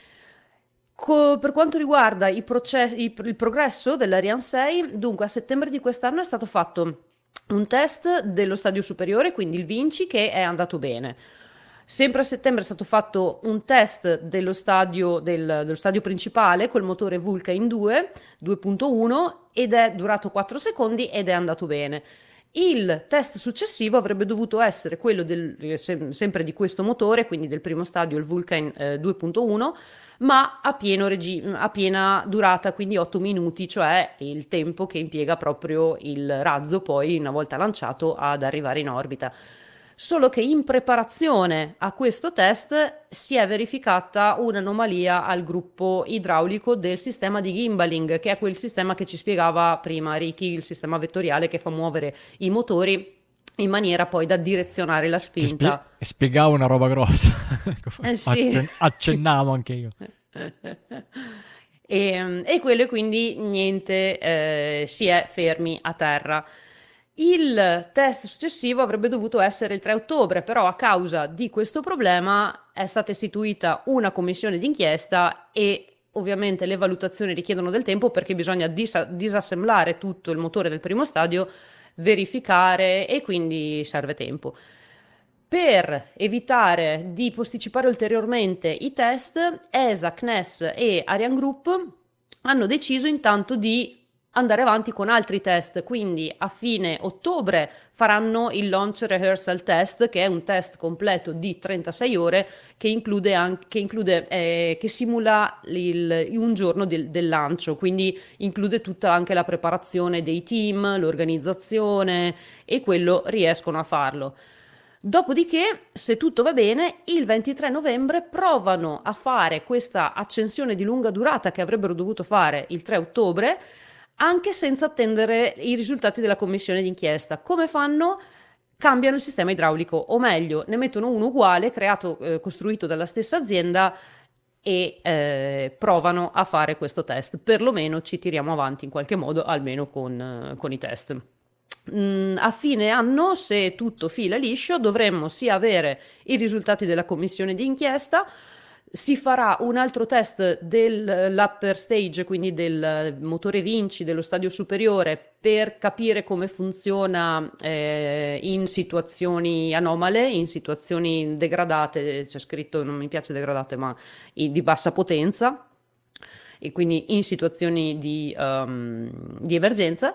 Co- per quanto riguarda i proce- i- il progresso dell'Ariane sei, dunque a settembre di quest'anno è stato fatto un test dello stadio superiore, quindi il Vinci, che è andato bene. Sempre a settembre è stato fatto un test dello stadio, del- dello stadio principale col motore Vulcain due, due punto uno, ed è durato quattro secondi ed è andato bene. Il test successivo avrebbe dovuto essere quello del- eh, sem- sempre di questo motore, quindi del primo stadio, il Vulcain eh, due punto uno, ma a, pieno regi- a piena durata, quindi otto minuti, cioè il tempo che impiega proprio il razzo poi, una volta lanciato, ad arrivare in orbita. Solo che in preparazione a questo test si è verificata un'anomalia al gruppo idraulico del sistema di gimbaling, che è quel sistema che ci spiegava prima Ricky, il sistema vettoriale che fa muovere i motori in maniera poi da direzionare la Ti spie- spinta. spiegavo una roba grossa. Eh sì. Accen- accennavo anche io. E, e quello, e quindi niente, eh, si è fermi a terra. Il test successivo avrebbe dovuto essere il tre ottobre, però a causa di questo problema è stata istituita una commissione d'inchiesta e ovviamente le valutazioni richiedono del tempo perché bisogna dis- disassemblare tutto il motore del primo stadio, verificare, e quindi serve tempo. Per evitare di posticipare ulteriormente i test, E S A, C N E S e Ariane Group hanno deciso intanto di andare avanti con altri test, quindi a fine ottobre faranno il Launch Rehearsal Test, che è un test completo di trentasei ore che include, anche, che, include eh, che simula il, un giorno del, del lancio, quindi include tutta anche la preparazione dei team, l'organizzazione, e quello riescono a farlo. Dopodiché, se tutto va bene, il ventitré novembre provano a fare questa accensione di lunga durata che avrebbero dovuto fare il tre ottobre, anche senza attendere i risultati della commissione d'inchiesta. Come fanno? Cambiano il sistema idraulico, o meglio, ne mettono uno uguale, creato, eh, costruito dalla stessa azienda, e eh, provano a fare questo test. Perlomeno ci tiriamo avanti in qualche modo, almeno con, eh, con i test. Mm, a fine anno, se tutto fila liscio, dovremmo sia avere i risultati della commissione d'inchiesta. Si farà un altro test dell'upper stage, quindi del motore Vinci dello stadio superiore, per capire come funziona eh, in situazioni anomale, in situazioni degradate, c'è scritto, non mi piace degradate, ma di bassa potenza, e quindi in situazioni di, um, di emergenza,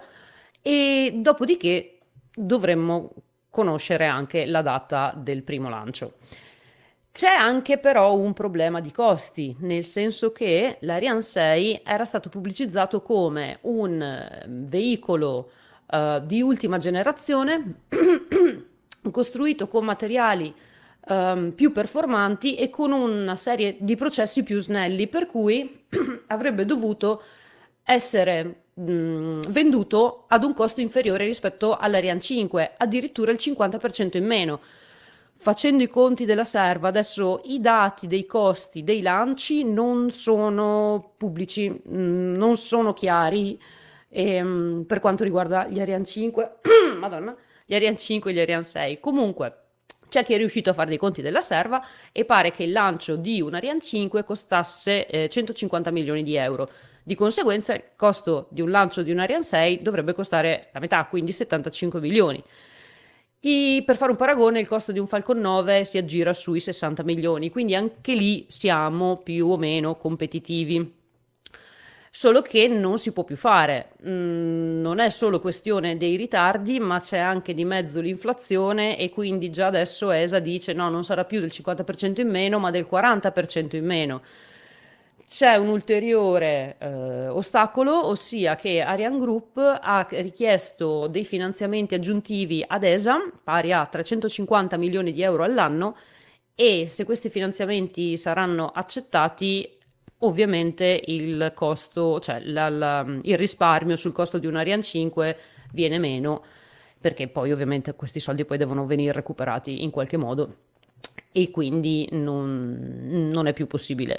e dopodiché dovremmo conoscere anche la data del primo lancio. C'è anche però un problema di costi, nel senso che l'Ariane sei era stato pubblicizzato come un veicolo uh, di ultima generazione costruito con materiali um, più performanti e con una serie di processi più snelli, per cui avrebbe dovuto essere mh, venduto ad un costo inferiore rispetto all'Ariane cinque, addirittura il cinquanta per cento in meno. Facendo i conti della serva, adesso i dati dei costi dei lanci non sono pubblici, mh, non sono chiari, e, mh, per quanto riguarda gli Ariane cinque, Madonna, gli Ariane cinque e gli Ariane sei. Comunque c'è chi è riuscito a fare dei conti della serva e pare che il lancio di un Ariane cinque costasse eh, centocinquanta milioni di euro. Di conseguenza il costo di un lancio di un Ariane sei dovrebbe costare la metà, quindi settantacinque milioni. E per fare un paragone, il costo di un Falcon nove si aggira sui sessanta milioni, quindi anche lì siamo più o meno competitivi. Solo che non si può più fare. Mm, non è solo questione dei ritardi, ma c'è anche di mezzo l'inflazione, e quindi già adesso E S A dice no, non sarà più del cinquanta per cento in meno, ma del quaranta per cento in meno. C'è un ulteriore eh, ostacolo, ossia che Ariane Group ha richiesto dei finanziamenti aggiuntivi ad E S A pari a trecentocinquanta milioni di euro all'anno, e se questi finanziamenti saranno accettati, ovviamente il costo, cioè la, la, il risparmio sul costo di un Ariane cinque viene meno, perché poi ovviamente questi soldi poi devono venire recuperati in qualche modo, e quindi non, non è più possibile.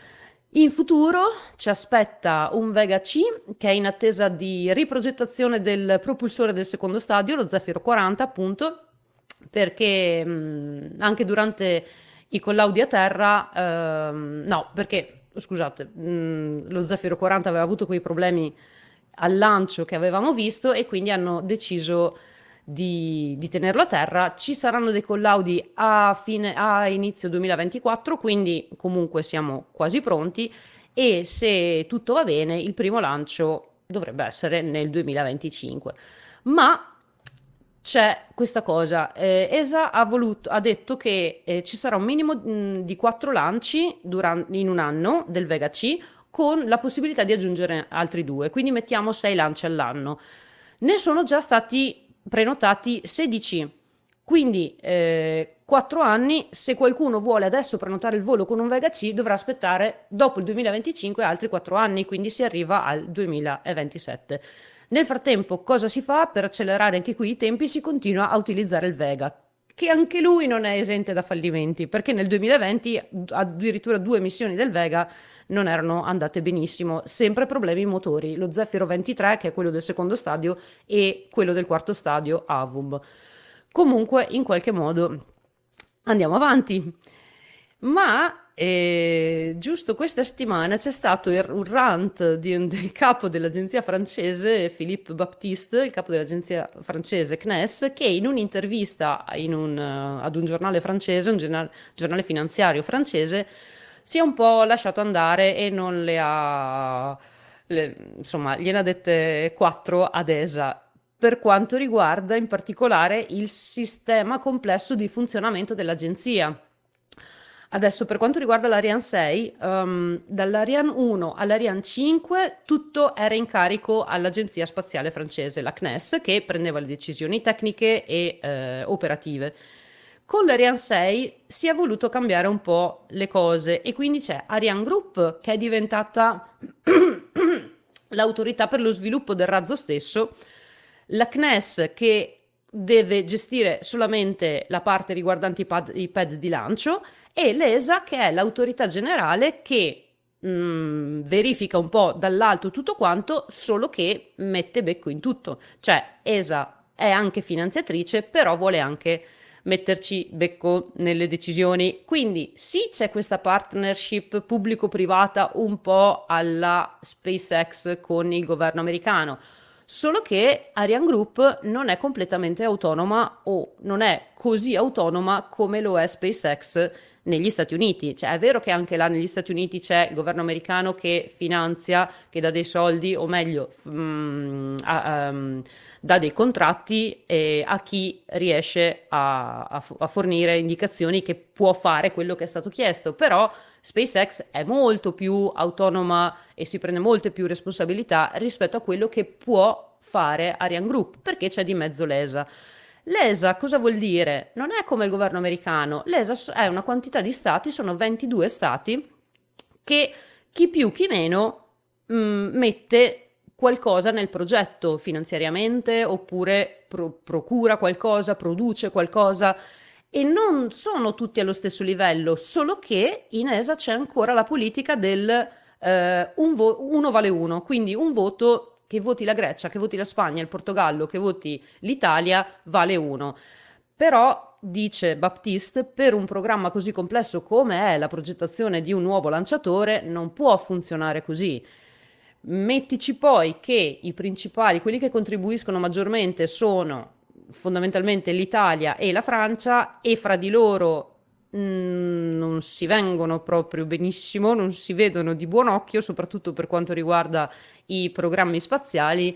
In futuro ci aspetta un Vega C che è in attesa di riprogettazione del propulsore del secondo stadio, lo Zefiro quaranta appunto, perché mh, anche durante i collaudi a terra, ehm, no, perché, scusate, mh, lo Zefiro quaranta aveva avuto quei problemi al lancio che avevamo visto, e quindi hanno deciso Di, di tenerlo a terra. Ci saranno dei collaudi a, fine, a inizio duemilaventiquattro, quindi comunque siamo quasi pronti, e se tutto va bene il primo lancio dovrebbe essere nel duemilaventicinque. Ma c'è questa cosa, eh, E S A ha, voluto, ha detto che eh, ci sarà un minimo mh, di quattro lanci durante, in un anno del Vega C, con la possibilità di aggiungere altri due, quindi mettiamo sei lanci all'anno. Ne sono già stati prenotati sedici, quindi eh, quattro anni. Se qualcuno vuole adesso prenotare il volo con un Vega C dovrà aspettare dopo il duemilaventicinque altri quattro anni, quindi si arriva al duemilaventisette. Nel frattempo cosa si fa per accelerare anche qui i tempi? Si continua a utilizzare il Vega, che anche lui non è esente da fallimenti, perché nel duemilaventi addirittura due missioni del Vega non erano andate benissimo, sempre problemi motori, lo Zefiro ventitré che è quello del secondo stadio e quello del quarto stadio Avum. Comunque in qualche modo andiamo avanti, ma e giusto questa settimana c'è stato il, un rant di un- del capo dell'agenzia francese, Philippe Baptiste, il capo dell'agenzia francese C N E S, che in un'intervista in un, eh, ad un giornale francese, un giornale, giornale finanziario francese, si è un po' lasciato andare e non le ha, le- insomma, gliene ha dette quattro ad ESA per quanto riguarda in particolare il sistema complesso di funzionamento dell'agenzia. Adesso, per quanto riguarda l'Ariane sei, ehm, dall'Ariane uno all'Ariane cinque tutto era in carico all'Agenzia Spaziale Francese, la C N E S, che prendeva le decisioni tecniche e eh, operative. Con l'Ariane sei si è voluto cambiare un po' le cose e quindi c'è Ariane Group, che è diventata l'autorità per lo sviluppo del razzo stesso, la C N E S che deve gestire solamente la parte riguardante i pad, i pad di lancio, e l'E S A che è l'autorità generale che mh, verifica un po' dall'alto tutto quanto, solo che mette becco in tutto. Cioè E S A è anche finanziatrice, però vuole anche metterci becco nelle decisioni. Quindi sì, c'è questa partnership pubblico-privata un po' alla SpaceX con il governo americano. Solo che Ariane Group non è completamente autonoma, o non è così autonoma come lo è SpaceX negli Stati Uniti. Cioè, è vero che anche là negli Stati Uniti c'è il governo americano che finanzia, che dà dei soldi, o meglio, f- mm, a- um, dà dei contratti eh, a chi riesce a, a f- a fornire indicazioni che può fare quello che è stato chiesto. Però SpaceX è molto più autonoma e si prende molte più responsabilità rispetto a quello che può fare Ariane Group, perché c'è di mezzo l'E S A. L'E S A cosa vuol dire? Non è come il governo americano. L'E S A è una quantità di stati, sono ventidue stati, che chi più chi meno mh, mette qualcosa nel progetto finanziariamente, oppure pro- procura qualcosa, produce qualcosa, e non sono tutti allo stesso livello, solo che in E S A c'è ancora la politica del eh, un vo- uno vale uno, quindi un voto, che voti la Grecia, che voti la Spagna, il Portogallo, che voti l'Italia, vale uno. Però, dice Baptiste, per un programma così complesso come è la progettazione di un nuovo lanciatore, non può funzionare così. Mettici poi che i principali, quelli che contribuiscono maggiormente, sono fondamentalmente l'Italia e la Francia, e fra di loro mh, non si vengono proprio benissimo, non si vedono di buon occhio, soprattutto per quanto riguarda i programmi spaziali.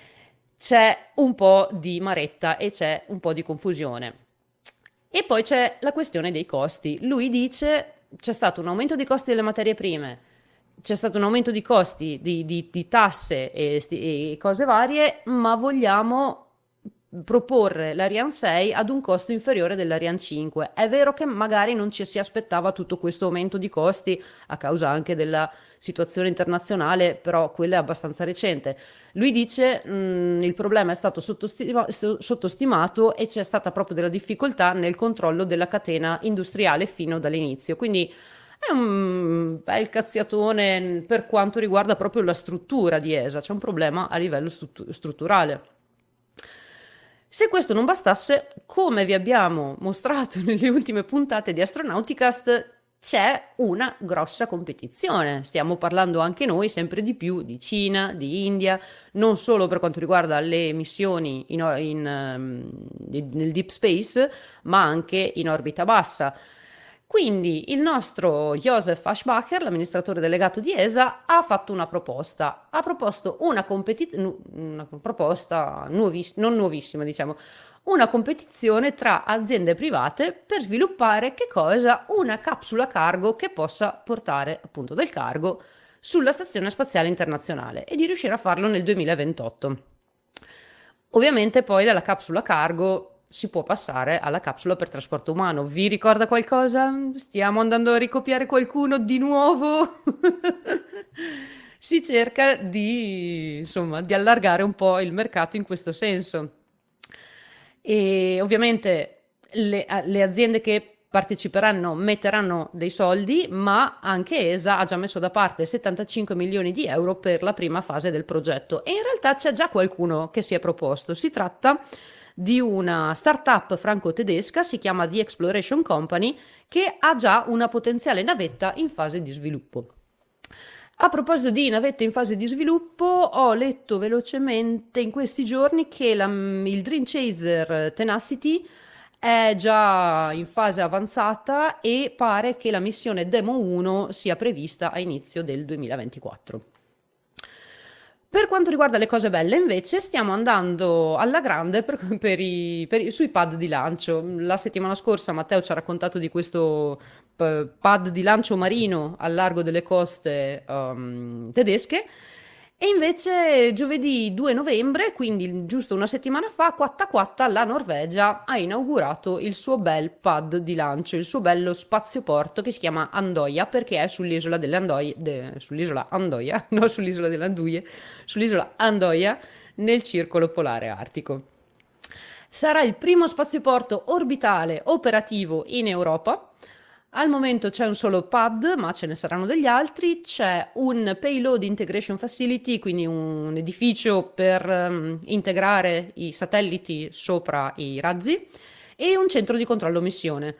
C'è un po' di maretta e c'è un po' di confusione. E poi c'è la questione dei costi. Lui dice c'è stato un aumento dei costi delle materie prime, c'è stato un aumento di costi di, di, di tasse e, sti- e cose varie, ma vogliamo proporre l'Ariane sei ad un costo inferiore dell'Ariane cinque. È vero che magari non ci si aspettava tutto questo aumento di costi a causa anche della situazione internazionale, però quella è abbastanza recente. Lui dice mh, il problema è stato sottostima- sottostimato e c'è stata proprio della difficoltà nel controllo della catena industriale fino dall'inizio. Quindi è un bel cazziatone per quanto riguarda proprio la struttura di E S A, c'è un problema a livello struttu- strutturale. Se questo non bastasse, come vi abbiamo mostrato nelle ultime puntate di Astronauticast, c'è una grossa competizione. Stiamo parlando anche noi sempre di più di Cina, di India, non solo per quanto riguarda le missioni in, in, um, nel deep space, ma anche in orbita bassa. Quindi il nostro Joseph Aschbacher, l'amministratore delegato di E S A, ha fatto una proposta. Ha proposto una, competi- una proposta nuoviss- non nuovissima, diciamo, una competizione tra aziende private per sviluppare che cosa? Una capsula cargo che possa portare appunto del cargo sulla Stazione Spaziale Internazionale, e di riuscire a farlo nel duemilaventotto. Ovviamente poi dalla capsula cargo si può passare alla capsula per trasporto umano. Vi ricorda qualcosa? Stiamo andando a ricopiare qualcuno di nuovo? Si cerca di, insomma, di allargare un po' il mercato in questo senso. E ovviamente le, le aziende che parteciperanno metteranno dei soldi, ma anche E S A ha già messo da parte settantacinque milioni di euro per la prima fase del progetto, e in realtà c'è già qualcuno che si è proposto. Si tratta di una startup franco-tedesca, si chiama The Exploration Company, che ha già una potenziale navetta in fase di sviluppo. A proposito di navette in fase di sviluppo, ho letto velocemente in questi giorni che la, il Dream Chaser Tenacity è già in fase avanzata e pare che la missione Demo uno sia prevista a inizio del duemilaventiquattro. Per quanto riguarda le cose belle, invece, stiamo andando alla grande per, per i, per i, sui pad di lancio. La settimana scorsa Matteo ci ha raccontato di questo p- pad di lancio marino al largo delle coste um, tedesche. E invece giovedì due novembre, quindi giusto una settimana fa, quatta quatta, la Norvegia ha inaugurato il suo bel pad di lancio, il suo bello spazioporto che si chiama Andoia, perché è sull'isola delle Andoie, de, sull'isola Andoia, no sull'isola delle Anduie, sull'isola Andoia nel circolo polare artico. Sarà il primo spazioporto orbitale operativo in Europa. Al momento c'è un solo pad, ma ce ne saranno degli altri. C'è un Payload Integration Facility, quindi un edificio per um, integrare i satelliti sopra i razzi, e un centro di controllo missione.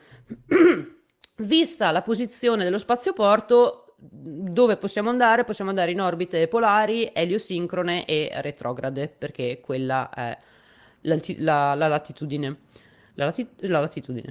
Vista la posizione dello spazioporto, dove possiamo andare? Possiamo andare in orbite polari, eliosincrone e retrograde, perché quella è la, la latitudine. La, lati- la latitudine.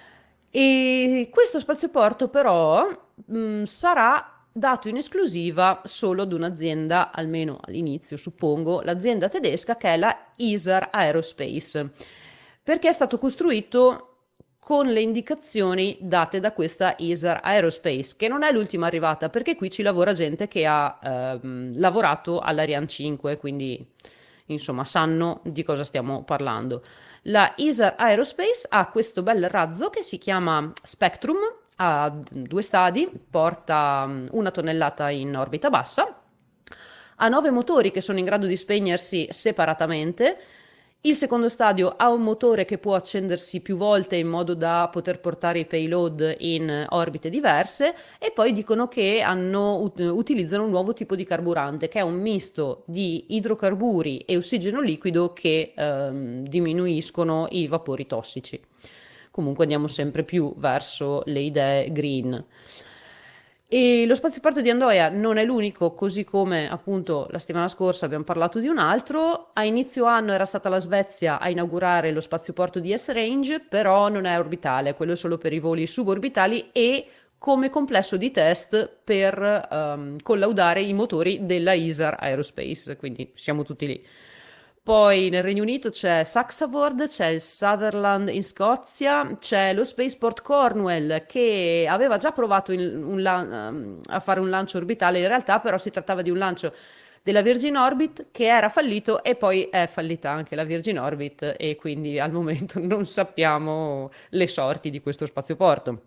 E questo spazioporto però mh, sarà dato in esclusiva solo ad un'azienda, almeno all'inizio suppongo, l'azienda tedesca che è la E S A R Aerospace, perché è stato costruito con le indicazioni date da questa E S A R Aerospace, che non è l'ultima arrivata, perché qui ci lavora gente che ha ehm, lavorato all'Ariane cinque, quindi insomma sanno di cosa stiamo parlando. La E S A R Aerospace ha questo bel razzo che si chiama Spectrum, ha due stadi, porta una tonnellata in orbita bassa, ha nove motori che sono in grado di spegnersi separatamente. Il secondo stadio ha un motore che può accendersi più volte in modo da poter portare i payload in orbite diverse, e poi dicono che hanno, utilizzano un nuovo tipo di carburante che è un misto di idrocarburi e ossigeno liquido che ehm, diminuiscono i vapori tossici. Comunque andiamo sempre più verso le idee green. E lo spazioporto di Andoia non è l'unico, così come appunto la settimana scorsa abbiamo parlato di un altro. A inizio anno era stata la Svezia a inaugurare lo spazioporto di S-Range, però non è orbitale, quello è solo per i voli suborbitali e come complesso di test per um, collaudare i motori della E S A R Aerospace, quindi siamo tutti lì. Poi nel Regno Unito c'è Saxavord, c'è il Sutherland in Scozia, c'è lo Spaceport Cornwall che aveva già provato in, un, a fare un lancio orbitale, in realtà però si trattava di un lancio della Virgin Orbit che era fallito, e poi è fallita anche la Virgin Orbit e quindi al momento non sappiamo le sorti di questo spazioporto.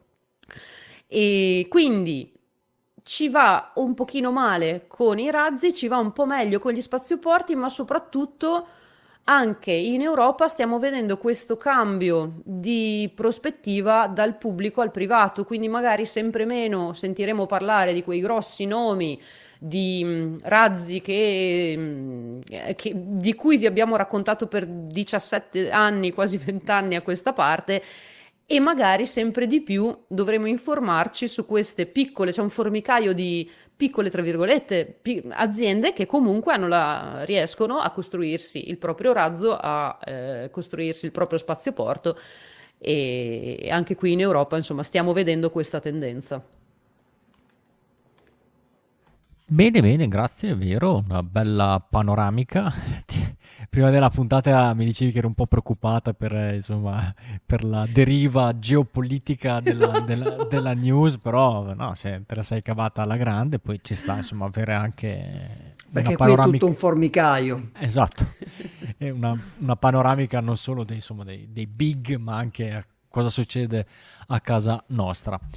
E quindi ci va un pochino male con i razzi, ci va un po' meglio con gli spazioporti, ma soprattutto anche in Europa stiamo vedendo questo cambio di prospettiva dal pubblico al privato, quindi magari sempre meno sentiremo parlare di quei grossi nomi di mh, razzi che, mh, che, di cui vi abbiamo raccontato per diciassette anni, quasi venti anni a questa parte. E magari sempre di più dovremo informarci su queste piccole, c'è un formicaio di piccole, tra virgolette, pi- aziende che comunque hanno la, riescono a costruirsi il proprio razzo, a eh, costruirsi il proprio spazioporto, e anche qui in Europa, insomma, stiamo vedendo questa tendenza. Bene, bene, grazie, è vero, una bella panoramica. Prima della puntata mi dicevi che eri un po' preoccupata per, eh, insomma, per la deriva geopolitica della, Esatto. della, della news, però no, se te la sei cavata alla grande, poi ci sta, insomma, avere anche Perché una qui è panoramica. tutto un formicaio. Esatto, è una, una panoramica non solo dei, insomma, dei, dei big, ma anche a cosa succede a casa nostra.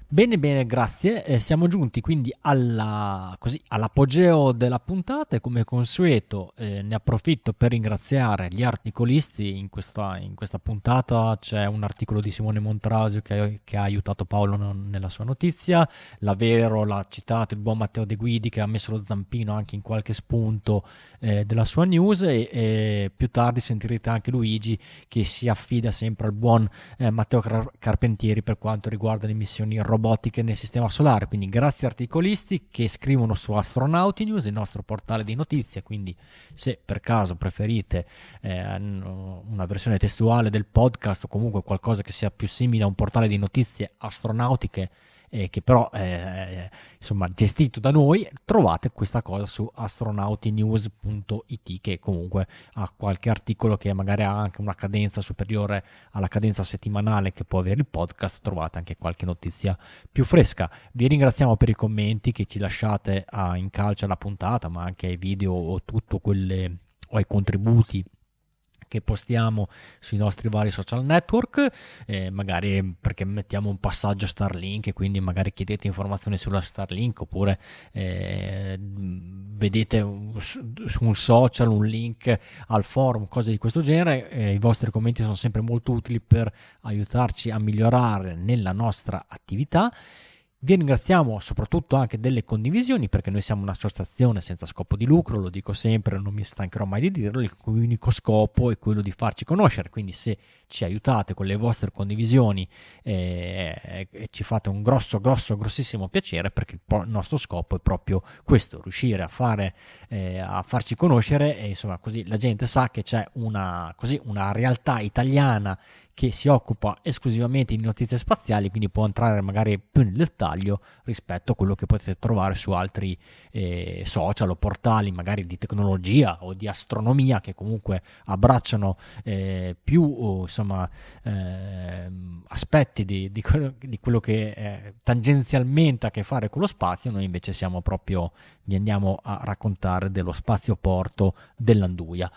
Bene, bene, grazie. Eh, siamo giunti quindi alla, così, all'apogeo della puntata e come consueto eh, ne approfitto per ringraziare gli articolisti. In questa, in questa puntata c'è un articolo di Simone Montrasio che, che ha aiutato Paolo n- nella sua notizia, la Vero l'ha citato il buon Matteo De Guidi che ha messo lo zampino anche in qualche spunto eh, della sua news e, e più tardi sentirete anche Luigi che si affida sempre al buon eh, Matteo Car- Carpentieri per quanto riguarda le missioni robotiche robotiche nel sistema solare. Quindi grazie articolisti che scrivono su Astronauti News, il nostro portale di notizie. Quindi se per caso preferite eh, una versione testuale del podcast o comunque qualcosa che sia più simile a un portale di notizie astronautiche eh, che però è insomma gestito da noi, trovate questa cosa su astronautinews punto it, che comunque ha qualche articolo che magari ha anche una cadenza superiore alla cadenza settimanale che può avere il podcast, trovate anche qualche notizia più fresca. Vi ringraziamo per i commenti che ci lasciate a, in calce alla puntata, ma anche ai video o tutto quelle o ai contributi che postiamo sui nostri vari social network, eh, magari perché mettiamo un passaggio Starlink e quindi magari chiedete informazioni sulla Starlink oppure eh, vedete un, su un social un link al forum, cose di questo genere. Eh, i vostri commenti sono sempre molto utili per aiutarci a migliorare nella nostra attività. Vi ringraziamo soprattutto anche delle condivisioni, perché noi siamo un'associazione senza scopo di lucro, lo dico sempre, non mi stancherò mai di dirlo, il cui unico scopo è quello di farci conoscere, quindi se ci aiutate con le vostre condivisioni eh, eh, ci fate un grosso, grosso, grossissimo piacere, perché il nostro scopo è proprio questo, riuscire a, fare, eh, a farci conoscere e insomma così la gente sa che c'è una, così, una realtà italiana che si occupa esclusivamente di notizie spaziali, quindi può entrare magari più nel dettaglio rispetto a quello che potete trovare su altri eh, social o portali magari di tecnologia o di astronomia, che comunque abbracciano eh, più oh, insomma eh, aspetti di, di, quello, di quello che eh, tangenzialmente ha a che fare con lo spazio. Noi invece siamo proprio, vi andiamo a raccontare dello spazioporto dell'Anduia.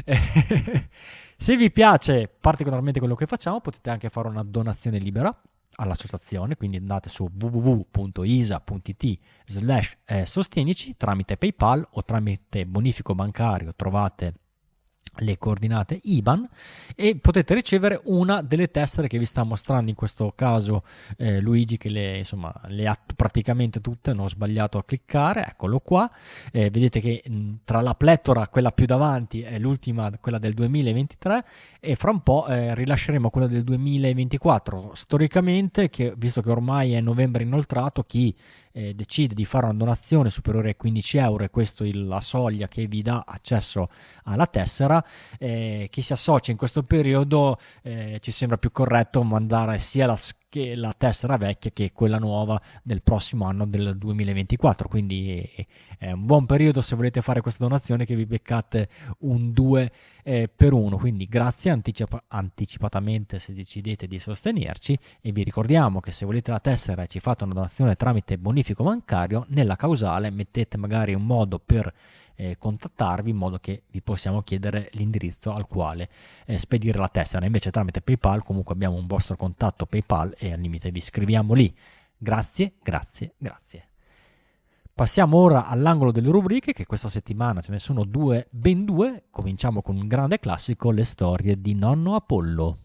Se vi piace particolarmente quello che facciamo, potete anche fare una donazione libera all'associazione, quindi andate su w w w punto i s a punto i t slash sostenici tramite PayPal o tramite bonifico bancario, trovate le coordinate I B A N e potete ricevere una delle tessere che vi sta mostrando in questo caso eh, Luigi, che le, insomma, le ha praticamente tutte, non ho sbagliato a cliccare, eccolo qua. Eh, vedete che mh, tra la pletora quella più davanti è l'ultima, quella del duemilaventitré, e fra un po' eh, rilasceremo quella del duemilaventiquattro. Storicamente, che, visto che ormai è novembre inoltrato, chi eh, decide di fare una donazione superiore ai quindici euro, e questo è la soglia che vi dà accesso alla tessera, eh, chi si associa in questo periodo eh, ci sembra più corretto mandare sia la, che la tessera vecchia che quella nuova del prossimo anno, del duemilaventiquattro, quindi è, è un buon periodo se volete fare questa donazione, che vi beccate un due eh, per uno. Quindi grazie anticipa- anticipatamente se decidete di sostenerci, e vi ricordiamo che se volete la tessera e ci fate una donazione tramite bonifico bancario, nella causale mettete magari un modo per Eh, contattarvi, in modo che vi possiamo chiedere l'indirizzo al quale eh, spedire la tessera. Invece tramite PayPal comunque abbiamo un vostro contatto PayPal e al limite vi scriviamo lì. Grazie, grazie, grazie. Passiamo ora all'angolo delle rubriche, che questa settimana ce ne sono due, ben due. Cominciamo con un grande classico, le storie di nonno Apollo.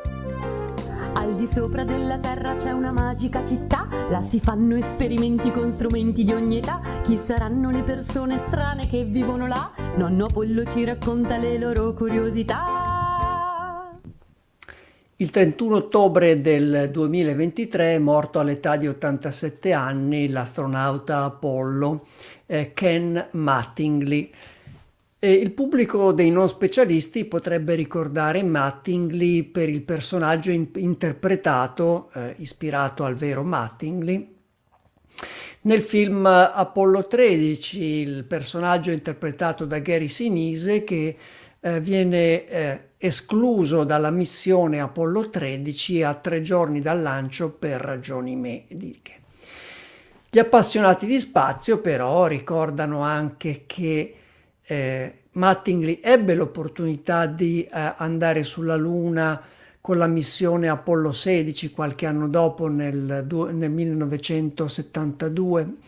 Al di sopra della terra c'è una magica città, là si fanno esperimenti con strumenti di ogni età. Chi saranno le persone strane che vivono là? Nonno Apollo ci racconta le loro curiosità. Il trentuno ottobre del duemilaventitré è morto all'età di ottantasette anni l'astronauta Apollo eh, Ken Mattingly. E il pubblico dei non specialisti potrebbe ricordare Mattingly per il personaggio in- interpretato, eh, ispirato al vero Mattingly, nel film Apollo tredici, il personaggio interpretato da Gary Sinise, che eh, viene eh, escluso dalla missione Apollo tredici a tre giorni dal lancio per ragioni mediche. Gli appassionati di spazio però ricordano anche che Eh, Mattingly ebbe l'opportunità di eh, andare sulla Luna con la missione Apollo sedici qualche anno dopo, nel, nel millenovecentosettantadue,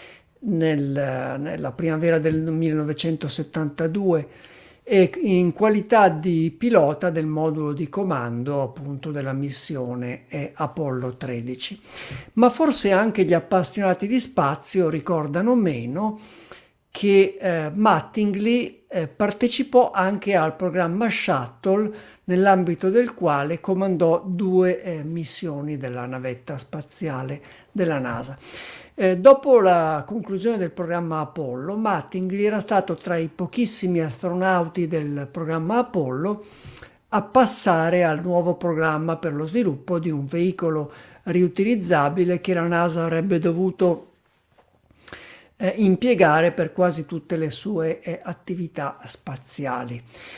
nel, nella primavera del millenovecentosettantadue, e in qualità di pilota del modulo di comando appunto della missione Apollo tredici. Ma forse anche gli appassionati di spazio ricordano meno che eh, Mattingly eh, partecipò anche al programma Shuttle, nell'ambito del quale comandò due eh, missioni della navetta spaziale della NASA. Eh, dopo la conclusione del programma Apollo, Mattingly era stato tra i pochissimi astronauti del programma Apollo a passare al nuovo programma per lo sviluppo di un veicolo riutilizzabile che la NASA avrebbe dovuto eh, impiegare per quasi tutte le sue eh, attività spaziali.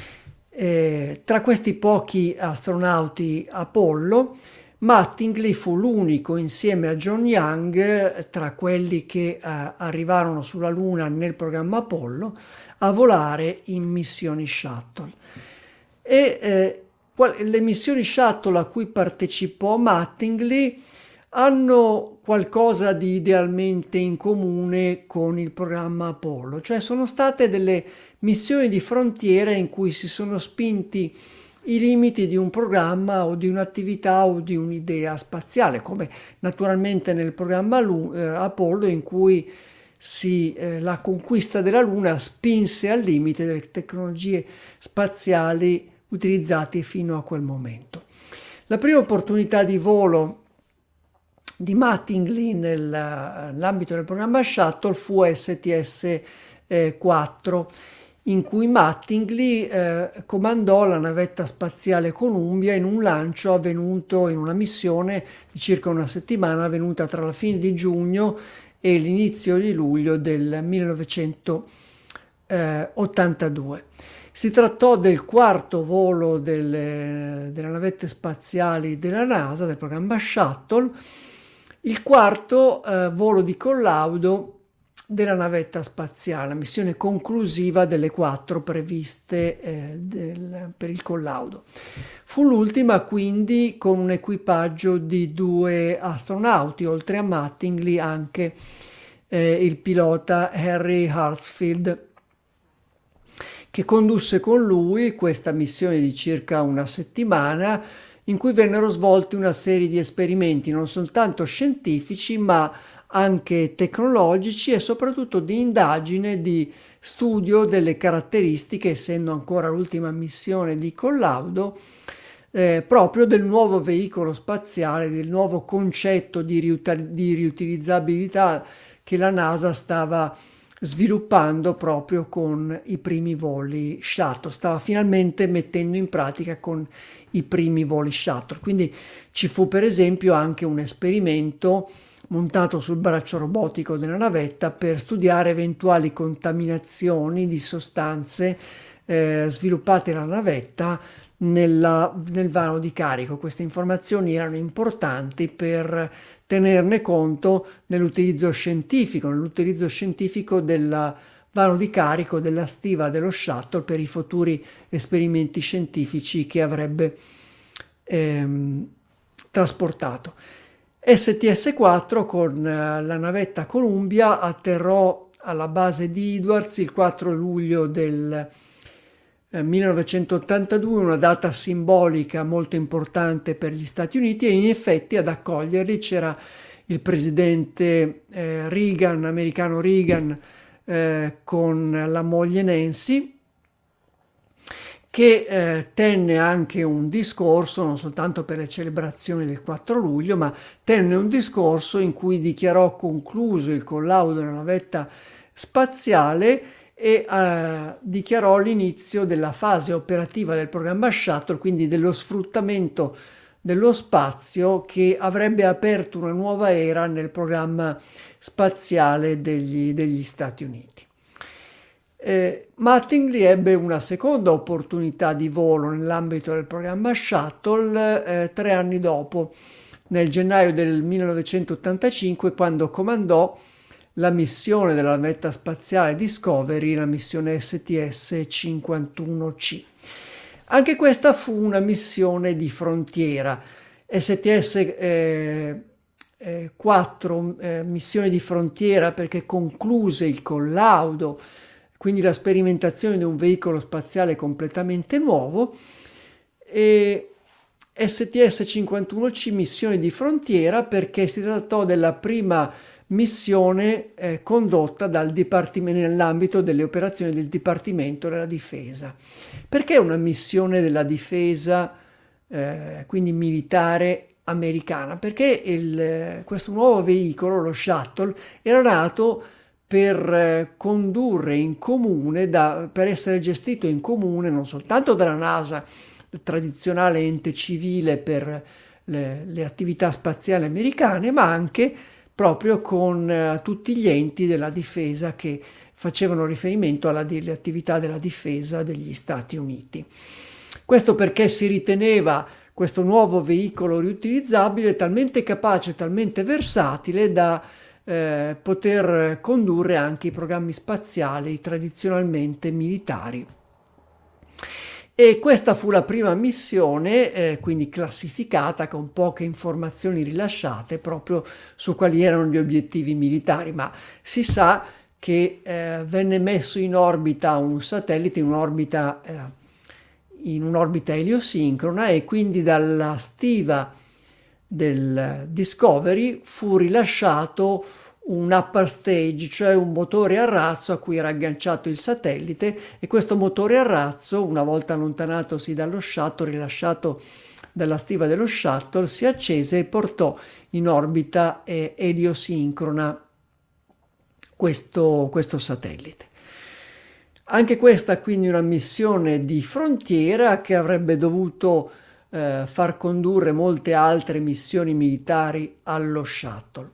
Eh, tra questi pochi astronauti Apollo, Mattingly fu l'unico, insieme a John Young, tra quelli che eh, arrivarono sulla Luna nel programma Apollo, a volare in missioni shuttle. E eh, qual- le missioni shuttle a cui partecipò Mattingly hanno qualcosa di idealmente in comune con il programma Apollo, cioè sono state delle missioni di frontiera in cui si sono spinti i limiti di un programma o di un'attività o di un'idea spaziale, come naturalmente nel programma Lu- eh, Apollo, in cui si, eh, la conquista della Luna spinse al limite delle tecnologie spaziali utilizzate fino a quel momento. La prima opportunità di volo di Mattingly nel, nell'ambito del programma Shuttle fu S T S quattro, in cui Mattingly eh, comandò la navetta spaziale Columbia in un lancio avvenuto in una missione di circa una settimana, avvenuta tra la fine di giugno e l'inizio di luglio del millenovecentottantadue. Si trattò del quarto volo delle, delle navette spaziali della NASA, del programma Shuttle, il quarto eh, volo di collaudo della navetta spaziale, la missione conclusiva delle quattro previste eh, del, per il collaudo. Fu l'ultima quindi con un equipaggio di due astronauti, oltre a Mattingly anche eh, il pilota Harry Hartsfield, che condusse con lui questa missione di circa una settimana, in cui vennero svolti una serie di esperimenti non soltanto scientifici ma anche tecnologici e soprattutto di indagine, di studio delle caratteristiche, essendo ancora l'ultima missione di collaudo, eh, proprio del nuovo veicolo spaziale, del nuovo concetto di, riuta- di riutilizzabilità che la NASA stava sviluppando proprio con i primi voli shuttle, stava finalmente mettendo in pratica con i primi voli shuttle. Quindi ci fu per esempio anche un esperimento montato sul braccio robotico della navetta per studiare eventuali contaminazioni di sostanze eh, sviluppate dalla navetta nella, nel vano di carico. Queste informazioni erano importanti per tenerne conto nell'utilizzo scientifico, nell'utilizzo scientifico del vano di carico della stiva dello shuttle per i futuri esperimenti scientifici che avrebbe ehm, trasportato. S T S quattro con la navetta Columbia atterrò alla base di Edwards il quattro luglio del millenovecentottantadue, una data simbolica molto importante per gli Stati Uniti, e in effetti ad accoglierli c'era il presidente eh, Reagan, americano Reagan, eh, con la moglie Nancy, che eh, tenne anche un discorso, non soltanto per le celebrazioni del quattro luglio, ma tenne un discorso in cui dichiarò concluso il collaudo della navetta spaziale e eh, dichiarò l'inizio della fase operativa del programma Shuttle, quindi dello sfruttamento dello spazio che avrebbe aperto una nuova era nel programma spaziale degli, degli Stati Uniti. Eh, Mattingly ebbe una seconda opportunità di volo nell'ambito del programma Shuttle eh, tre anni dopo, nel gennaio del millenovecentottantacinque, quando comandò la missione della navetta spaziale Discovery, la missione S T S cinquantuno C. Anche questa fu una missione di frontiera. S T S eh, eh, quattro eh, missioni di frontiera, perché concluse il collaudo, quindi la sperimentazione di un veicolo spaziale completamente nuovo, e S T S cinquantuno C missione di frontiera perché si trattò della prima missione eh, condotta dal Dipartimento nell'ambito delle operazioni del Dipartimento della Difesa. Perché una missione della difesa, eh, quindi militare americana? Perché il, questo nuovo veicolo, lo Shuttle, era nato per eh, condurre in comune, da, per essere gestito in comune non soltanto dalla NASA, il tradizionale ente civile per le, le attività spaziali americane, ma anche proprio con eh, tutti gli enti della difesa che facevano riferimento alla, alle attività della difesa degli Stati Uniti. Questo perché si riteneva questo nuovo veicolo riutilizzabile talmente capace, talmente versatile da eh, poter condurre anche i programmi spaziali tradizionalmente militari. E questa fu la prima missione, eh, quindi classificata con poche informazioni rilasciate proprio su quali erano gli obiettivi militari, ma si sa che eh, venne messo in orbita un satellite in un'orbita, eh, in un'orbita eliosincrona, e quindi dalla stiva del Discovery fu rilasciato un upper stage, cioè un motore a razzo a cui era agganciato il satellite, e questo motore a razzo, una volta allontanatosi dallo shuttle, rilasciato dalla stiva dello shuttle, si accese e portò in orbita eh, eliosincrona questo, questo satellite. Anche questa quindi una missione di frontiera che avrebbe dovuto eh, far condurre molte altre missioni militari allo shuttle.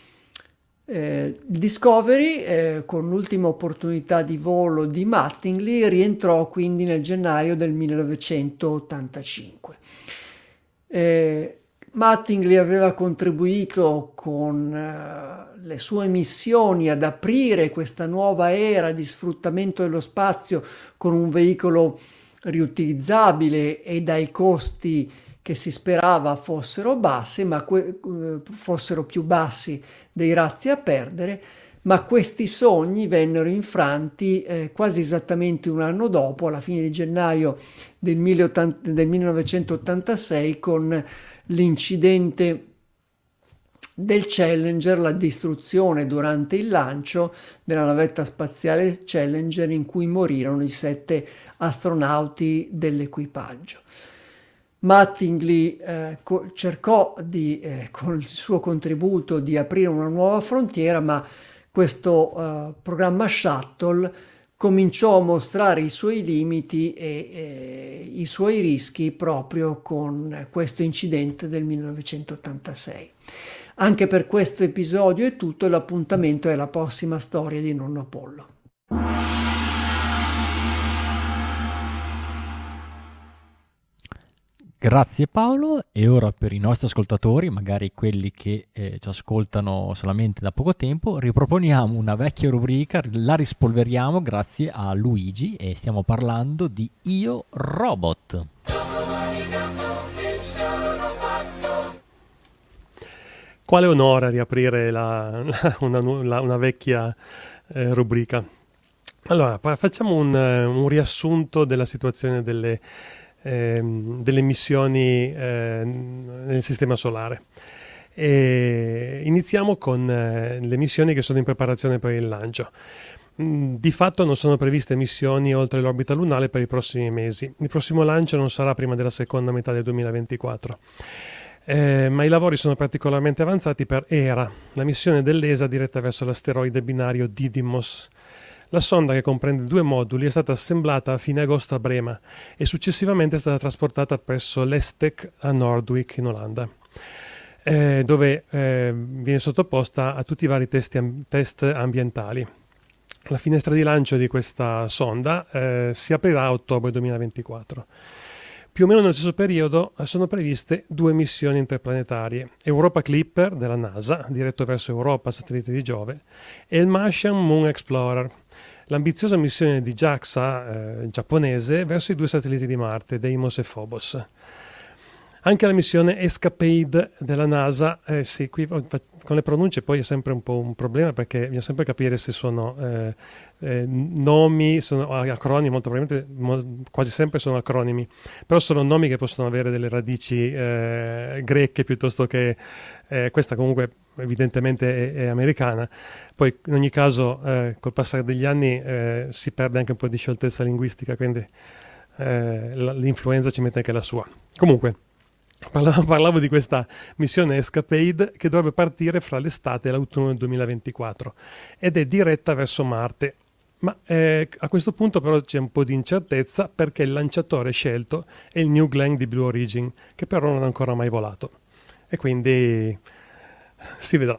Eh, il Discovery, eh, con l'ultima opportunità di volo di Mattingly, rientrò quindi nel gennaio del millenovecentottantacinque. Eh, Mattingly aveva contribuito con eh, le sue missioni ad aprire questa nuova era di sfruttamento dello spazio con un veicolo riutilizzabile e dai costi che si sperava fossero bassi, ma que- fossero più bassi dei razzi a perdere, ma questi sogni vennero infranti eh, quasi esattamente un anno dopo, alla fine di gennaio del, del millenovecentottantasei, con l'incidente del Challenger, la distruzione durante il lancio della navetta spaziale Challenger, in cui morirono i sette astronauti dell'equipaggio. Mattingly eh, co- cercò di, eh, con il suo contributo, di aprire una nuova frontiera, ma questo eh, programma Shuttle cominciò a mostrare i suoi limiti e eh, i suoi rischi proprio con questo incidente del millenovecentottantasei. Anche per questo episodio è tutto, l'appuntamento è la prossima storia di Nonno Apollo. Grazie Paolo, e ora per i nostri ascoltatori, magari quelli che eh, ci ascoltano solamente da poco tempo, riproponiamo una vecchia rubrica, la rispolveriamo grazie a Luigi e stiamo parlando di Io Robot. Quale onore riaprire la, una, la, una vecchia eh, rubrica. Allora, facciamo un, un riassunto della situazione delle Eh, delle missioni eh, nel sistema solare. E iniziamo con eh, le missioni che sono in preparazione per il lancio. Mm, di fatto non sono previste missioni oltre l'orbita lunare per i prossimi mesi. Il prossimo lancio non sarà prima della seconda metà del duemilaventiquattro. Eh, ma i lavori sono particolarmente avanzati per E R A, la missione dell'E S A diretta verso l'asteroide binario Didymos. La sonda, che comprende due moduli, è stata assemblata a fine agosto a Brema e successivamente è stata trasportata presso l'Estec a Nordwijk in Olanda, eh, dove eh, viene sottoposta a tutti i vari test, test ambientali. La finestra di lancio di questa sonda eh, si aprirà a ottobre duemilaventiquattro. Più o meno nello stesso periodo sono previste due missioni interplanetarie: Europa Clipper della NASA, diretto verso Europa, satellite di Giove, e il Martian Moon Explorer, l'ambiziosa missione di JAXA eh, giapponese verso i due satelliti di Marte, Deimos e Phobos. Anche la missione ESCAPADE della NASA, eh, sì, qui con le pronunce poi è sempre un po' un problema, perché bisogna sempre capire se sono eh, eh, nomi, sono acronimi, molto probabilmente mo, quasi sempre sono acronimi, però sono nomi che possono avere delle radici eh, greche piuttosto che eh, questa comunque evidentemente è, è americana. Poi in ogni caso eh, col passare degli anni eh, si perde anche un po' di scioltezza linguistica, quindi eh, l'influenza ci mette anche la sua. Comunque Parlavo, parlavo di questa missione ESCAPADE che dovrebbe partire fra l'estate e l'autunno del duemilaventiquattro ed è diretta verso Marte. Ma eh, a questo punto però c'è un po' di incertezza, perché il lanciatore scelto è il New Glenn di Blue Origin, che però non ha ancora mai volato. E quindi si vedrà.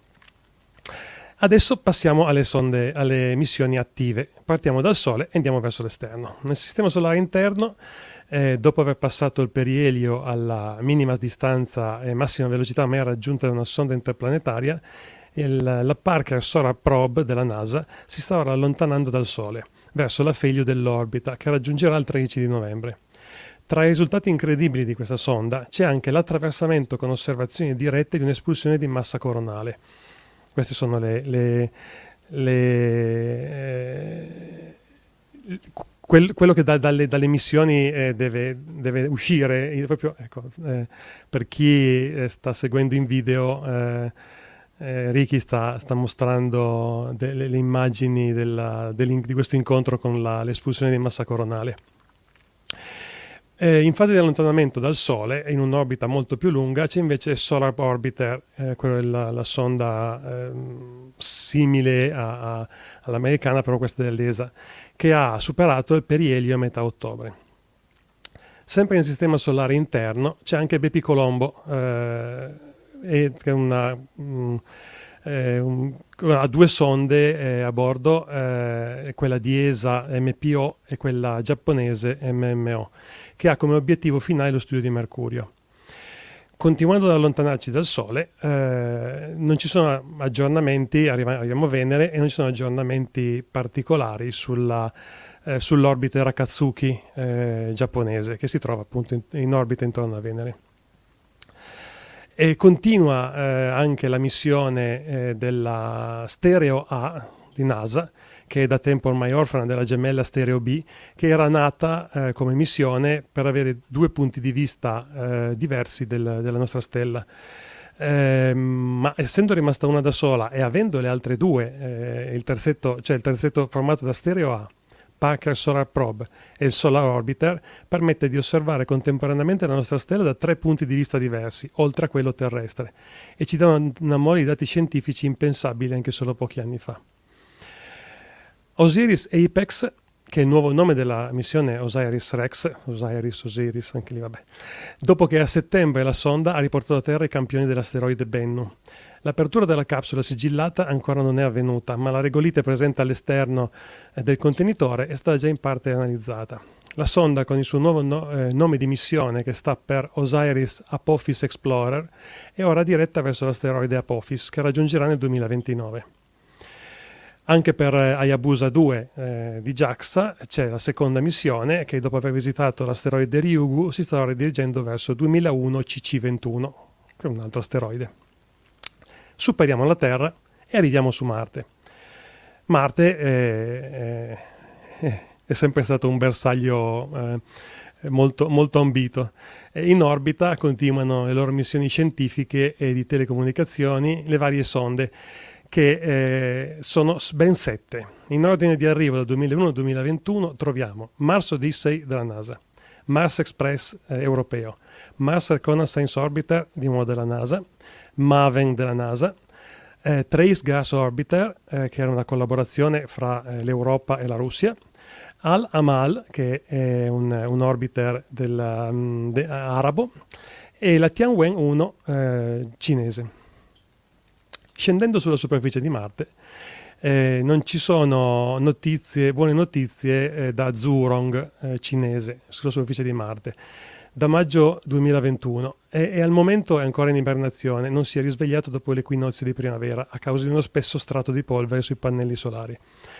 Adesso passiamo alle sonde, alle missioni attive. Partiamo dal Sole e andiamo verso l'esterno. Nel sistema solare interno, Eh, dopo aver passato il perielio alla minima distanza e massima velocità mai raggiunta da una sonda interplanetaria, il, la Parker Solar Probe della NASA si sta ora allontanando dal Sole, verso la Phéliu dell'orbita, che raggiungerà il tredici di novembre. Tra i risultati incredibili di questa sonda c'è anche l'attraversamento con osservazioni dirette di un'espulsione di massa coronale. Queste sono le... le, le eh, Quel, quello che da, dalle, dalle missioni eh, deve, deve uscire, eh, proprio, ecco, eh, per chi eh, sta seguendo in video, eh, eh, Ricky sta, sta mostrando delle, le immagini della, di questo incontro con la, l'espulsione di massa coronale. Eh, in fase di allontanamento dal Sole, in un'orbita molto più lunga, c'è invece Solar Orbiter, eh, quella la, la sonda eh, simile a, a, all'americana, però questa è dell'E S A, che ha superato il perielio a metà ottobre. Sempre nel sistema solare interno c'è anche Bepi Colombo, eh, che è una, um, eh, un, ha due sonde eh, a bordo, eh, quella di E S A M P O e quella giapponese M M O, che ha come obiettivo finale lo studio di Mercurio. Continuando ad allontanarci dal Sole, eh, non ci sono aggiornamenti, arriva, arriviamo a Venere, e non ci sono aggiornamenti particolari sulla, eh, sull'orbiter Akatsuki eh, giapponese, che si trova appunto in, in orbita intorno a Venere. E continua eh, anche la missione eh, della Stereo A di NASA, che è da tempo ormai orfana della gemella Stereo B, che era nata eh, come missione per avere due punti di vista eh, diversi del, della nostra stella. Eh, ma essendo rimasta una da sola e avendo le altre due, eh, il terzetto, cioè il terzetto formato da Stereo A, Parker Solar Probe e il Solar Orbiter, permette di osservare contemporaneamente la nostra stella da tre punti di vista diversi, oltre a quello terrestre, e ci dà una, una mole di dati scientifici impensabili anche solo pochi anni fa. Osiris Apex, che è il nuovo nome della missione Osiris-Rex, Osiris, Osiris, anche lì vabbè, dopo che a settembre la sonda ha riportato a terra i campioni dell'asteroide Bennu. L'apertura della capsula sigillata ancora non è avvenuta, ma la regolite presente all'esterno del contenitore è stata già in parte analizzata. La sonda, con il suo nuovo no, eh, nome di missione, che sta per Osiris Apophis Explorer, è ora diretta verso l'asteroide Apophis, che raggiungerà nel duemilaventinove. Anche per Hayabusa due eh, di JAXA c'è la seconda missione, che dopo aver visitato l'asteroide Ryugu si sta ridirigendo verso duemilauno C C ventuno, che è un altro asteroide. Superiamo la Terra e arriviamo su Marte. Marte è, è, è sempre stato un bersaglio eh, molto, molto ambito. In orbita continuano le loro missioni scientifiche e di telecomunicazioni, le varie sonde, che eh, sono ben sette. In ordine di arrivo dal duemilauno al duemilaventuno troviamo Mars Odyssey della NASA, Mars Express eh, europeo, Mars Reconnaissance Orbiter di nuovo della NASA, MAVEN della NASA, eh, Trace Gas Orbiter, eh, che era una collaborazione fra eh, l'Europa e la Russia, Al-Amal, che è un, un orbiter del, um, de, arabo, e la Tianwen uno eh, cinese. Scendendo sulla superficie di Marte, eh, non ci sono notizie, buone notizie eh, da Zhurong eh, cinese sulla superficie di Marte da maggio duemilaventuno e, e al momento è ancora in ibernazione, non si è risvegliato dopo l'equinozio di primavera a causa di uno spesso strato di polvere sui pannelli solari.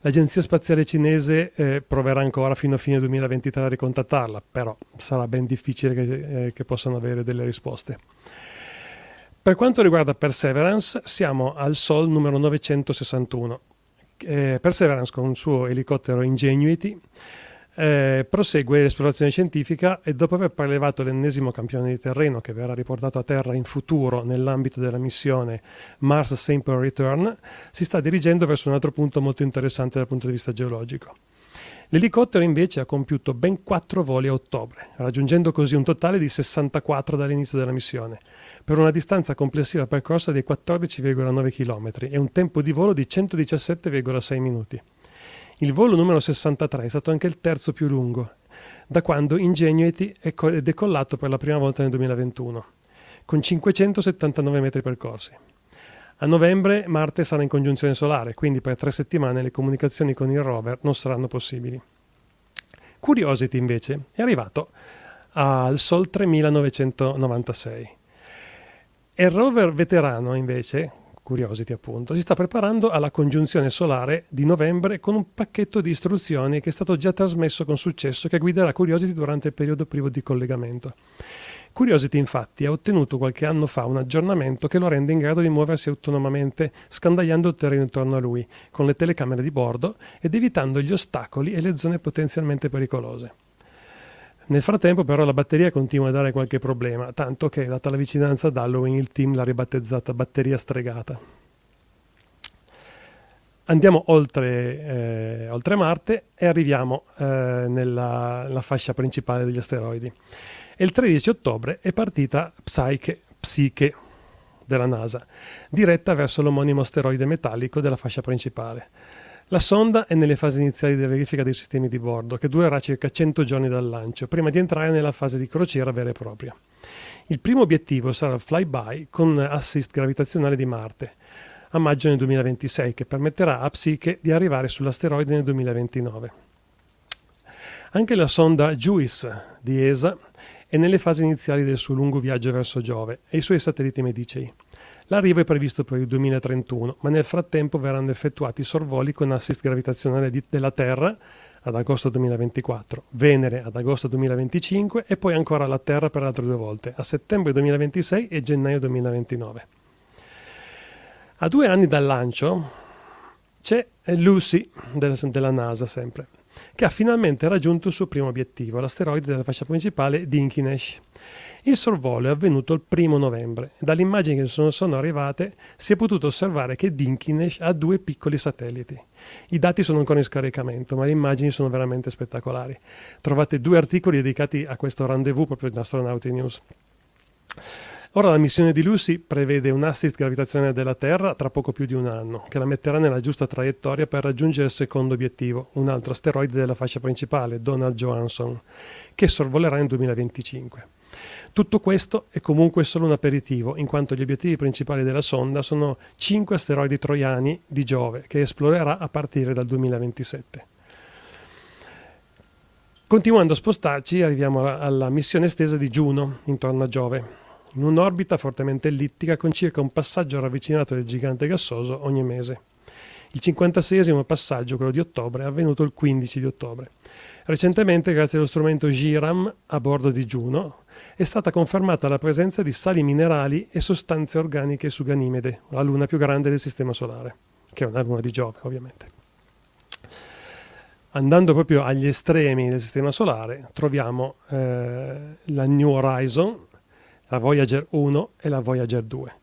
L'agenzia spaziale cinese eh, proverà ancora fino a fine duemilaventitré a ricontattarla, però sarà ben difficile che, eh, che possano avere delle risposte. Per quanto riguarda Perseverance, siamo al Sol numero novecentosessantuno. Eh, Perseverance, con il suo elicottero Ingenuity, Eh, prosegue l'esplorazione scientifica e dopo aver prelevato l'ennesimo campione di terreno che verrà riportato a terra in futuro nell'ambito della missione Mars Sample Return, si sta dirigendo verso un altro punto molto interessante dal punto di vista geologico. L'elicottero invece ha compiuto ben quattro voli a ottobre, raggiungendo così un totale di sessantaquattro dall'inizio della missione, per una distanza complessiva percorsa di quattordici virgola nove chilometri e un tempo di volo di centodiciassette virgola sei minuti. Il volo numero sessantatré è stato anche il terzo più lungo, da quando Ingenuity è decollato per la prima volta nel duemilaventuno, con cinquecentosettantanove metri percorsi. A novembre Marte sarà in congiunzione solare, quindi per tre settimane le comunicazioni con il rover non saranno possibili. Curiosity invece è arrivato al Sol tremilanovecentonovantasei. E il rover veterano invece, Curiosity appunto, si sta preparando alla congiunzione solare di novembre con un pacchetto di istruzioni che è stato già trasmesso con successo, che guiderà Curiosity durante il periodo privo di collegamento. Curiosity infatti ha ottenuto qualche anno fa un aggiornamento che lo rende in grado di muoversi autonomamente scandagliando il terreno intorno a lui con le telecamere di bordo ed evitando gli ostacoli e le zone potenzialmente pericolose. Nel frattempo però la batteria continua a dare qualche problema, tanto che data la vicinanza ad Halloween il team l'ha ribattezzata batteria stregata. Andiamo oltre, eh, oltre Marte e arriviamo eh, nella, nella fascia principale degli asteroidi. E il tredici ottobre è partita Psyche, Psyche della NASA, diretta verso l'omonimo asteroide metallico della fascia principale. La sonda è nelle fasi iniziali di verifica dei sistemi di bordo, che durerà circa cento giorni dal lancio, prima di entrare nella fase di crociera vera e propria. Il primo obiettivo sarà il flyby con assist gravitazionale di Marte, a maggio del duemilaventisei, che permetterà a Psyche di arrivare sull'asteroide nel duemilaventinove. Anche la sonda JUICE di E S A è nelle fasi iniziali del suo lungo viaggio verso Giove e i suoi satelliti medicei. L'arrivo è previsto per il duemilatrentuno, ma nel frattempo verranno effettuati sorvoli con assist gravitazionale di, della Terra ad agosto duemilaventiquattro, Venere ad agosto duemilaventicinque e poi ancora la Terra per altre due volte, a settembre duemilaventisei e gennaio duemilaventinove. A due anni dal lancio c'è Lucy della, della NASA sempre, che ha finalmente raggiunto il suo primo obiettivo, l'asteroide della fascia principale Dinkinesh. Il sorvolo è avvenuto il primo novembre e dalle immagini che sono, sono arrivate si è potuto osservare che Dinkinesh ha due piccoli satelliti. I dati sono ancora in scaricamento, ma le immagini sono veramente spettacolari. Trovate due articoli dedicati a questo rendezvous proprio in Astronauti News. Ora la missione di Lucy prevede un assist gravitazionale della Terra tra poco più di un anno, che la metterà nella giusta traiettoria per raggiungere il secondo obiettivo, un altro asteroide della fascia principale, Donald Johanson, che sorvolerà nel duemilaventicinque. Tutto questo è comunque solo un aperitivo, in quanto gli obiettivi principali della sonda sono cinque asteroidi troiani di Giove, che esplorerà a partire dal duemilaventisette. Continuando a spostarci, arriviamo alla missione estesa di Juno, intorno a Giove, in un'orbita fortemente ellittica con circa un passaggio ravvicinato del gigante gassoso ogni mese. Il cinquantaseiesimo passaggio, quello di ottobre, è avvenuto il quindici di ottobre. Recentemente, grazie allo strumento GIRAM a bordo di Juno, è stata confermata la presenza di sali minerali e sostanze organiche su Ganimede, la luna più grande del Sistema Solare, che è una luna di Giove, ovviamente. Andando proprio agli estremi del Sistema Solare, troviamo eh, la New Horizon, la Voyager uno e la Voyager due.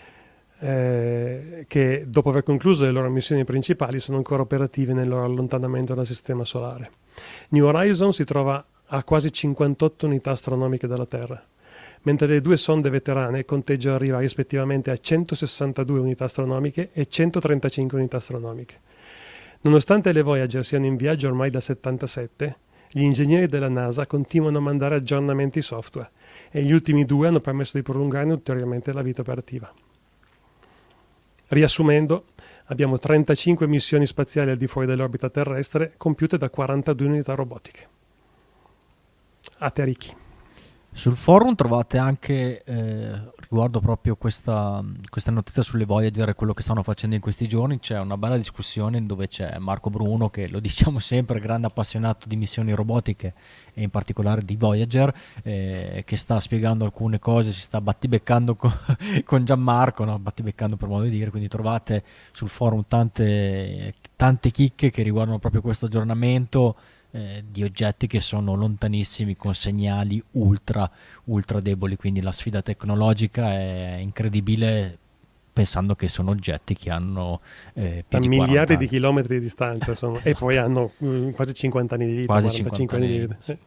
Eh, che dopo aver concluso le loro missioni principali sono ancora operative nel loro allontanamento dal Sistema Solare. New Horizon si trova a quasi cinquantotto unità astronomiche dalla Terra, mentre le due sonde veterane il conteggio arriva rispettivamente a centosessantadue unità astronomiche e centotrentacinque unità astronomiche. Nonostante le Voyager siano in viaggio ormai dal settantasette, gli ingegneri della NASA continuano a mandare aggiornamenti software e gli ultimi due hanno permesso di prolungarne ulteriormente la vita operativa. Riassumendo, abbiamo trentacinque missioni spaziali al di fuori dell'orbita terrestre compiute da quarantadue unità robotiche. A te, Ricky. Sul forum trovate anche eh, riguardo proprio questa, questa notizia sulle Voyager e quello che stanno facendo in questi giorni, c'è una bella discussione dove c'è Marco Bruno, che lo diciamo sempre, grande appassionato di missioni robotiche e in particolare di Voyager, eh, che sta spiegando alcune cose, si sta battibeccando con, con Gianmarco, no? battibeccando per modo di dire, quindi trovate sul forum tante, tante chicche che riguardano proprio questo aggiornamento eh, di oggetti che sono lontanissimi con segnali ultra ultra deboli, quindi la sfida tecnologica è incredibile pensando che sono oggetti che hanno eh, più a di miliardi di chilometri di distanza insomma, esatto. E poi hanno mh, quasi cinquanta anni di vita, quasi quarantacinque anni di vita. Sì.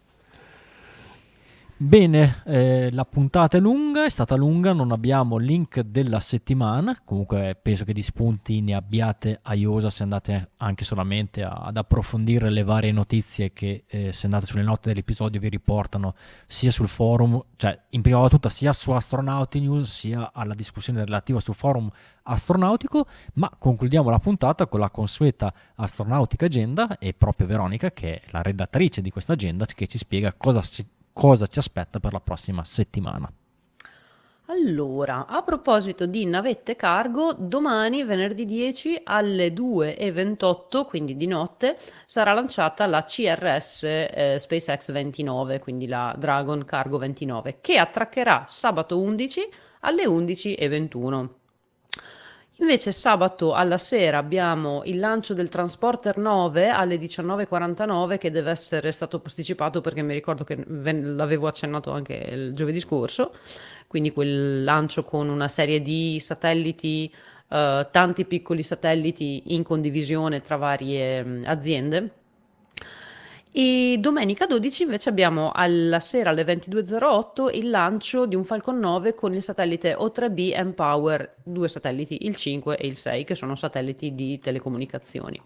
Bene, eh, la puntata è lunga, è stata lunga, non abbiamo link della settimana, comunque penso che di spunti ne abbiate a iosa se andate anche solamente a, ad approfondire le varie notizie che eh, se andate sulle note dell'episodio vi riportano sia sul forum, cioè in prima battuta sia su Astronauti News sia alla discussione relativa sul forum astronautico, ma concludiamo la puntata con la consueta Astronautica Agenda e proprio Veronica, che è la redattrice di questa agenda, che ci spiega cosa si cosa ci aspetta per la prossima settimana. Allora, a proposito di navette cargo, domani venerdì dieci alle due e ventotto, quindi di notte, sarà lanciata la C R S eh, SpaceX ventinove, quindi la Dragon Cargo ventinove, che attraccherà sabato undici alle undici e ventuno. Invece sabato alla sera abbiamo il lancio del Transporter nove alle diciannove e quarantanove, che deve essere stato posticipato perché mi ricordo che l'avevo accennato anche il giovedì scorso, quindi quel lancio con una serie di satelliti, eh, tanti piccoli satelliti in condivisione tra varie mh, aziende. E domenica dodici invece abbiamo alla sera alle ventidue e zero otto il lancio di un Falcon nove con il satellite O tre B mPOWER, due satelliti, il cinque e il sei, che sono satelliti di telecomunicazioni.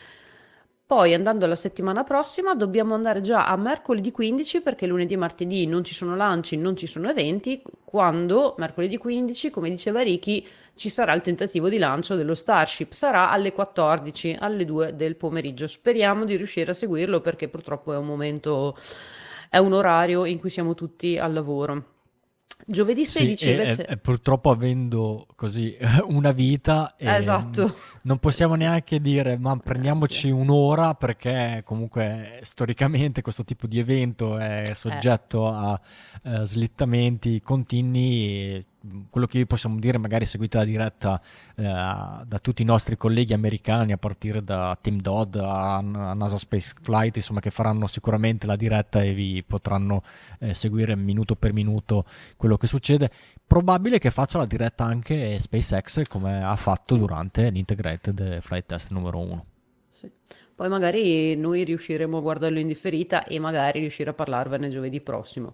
Poi andando alla settimana prossima dobbiamo andare già a mercoledì quindici, perché lunedì e martedì non ci sono lanci, non ci sono eventi, quando mercoledì quindici, come diceva Ricky, ci sarà il tentativo di lancio dello Starship, sarà alle quattordici, alle due del pomeriggio. Speriamo di riuscire a seguirlo perché purtroppo è un momento, è un orario in cui siamo tutti al lavoro. Giovedì sedici sì, invece... E, e purtroppo avendo così una vita... Esatto. Non possiamo neanche dire ma prendiamoci un'ora, perché comunque storicamente questo tipo di evento è soggetto eh. a uh, slittamenti continui. Quello che possiamo dire, magari seguite la diretta eh, da tutti i nostri colleghi americani, a partire da Tim Dodd a, a NASA Space Flight, insomma, che faranno sicuramente la diretta e vi potranno eh, seguire minuto per minuto quello che succede. Probabile che faccia la diretta anche SpaceX, come ha fatto durante l'Integrated Flight Test numero uno. Sì. Poi magari noi riusciremo a guardarlo in differita e magari riuscire a parlarvene giovedì prossimo.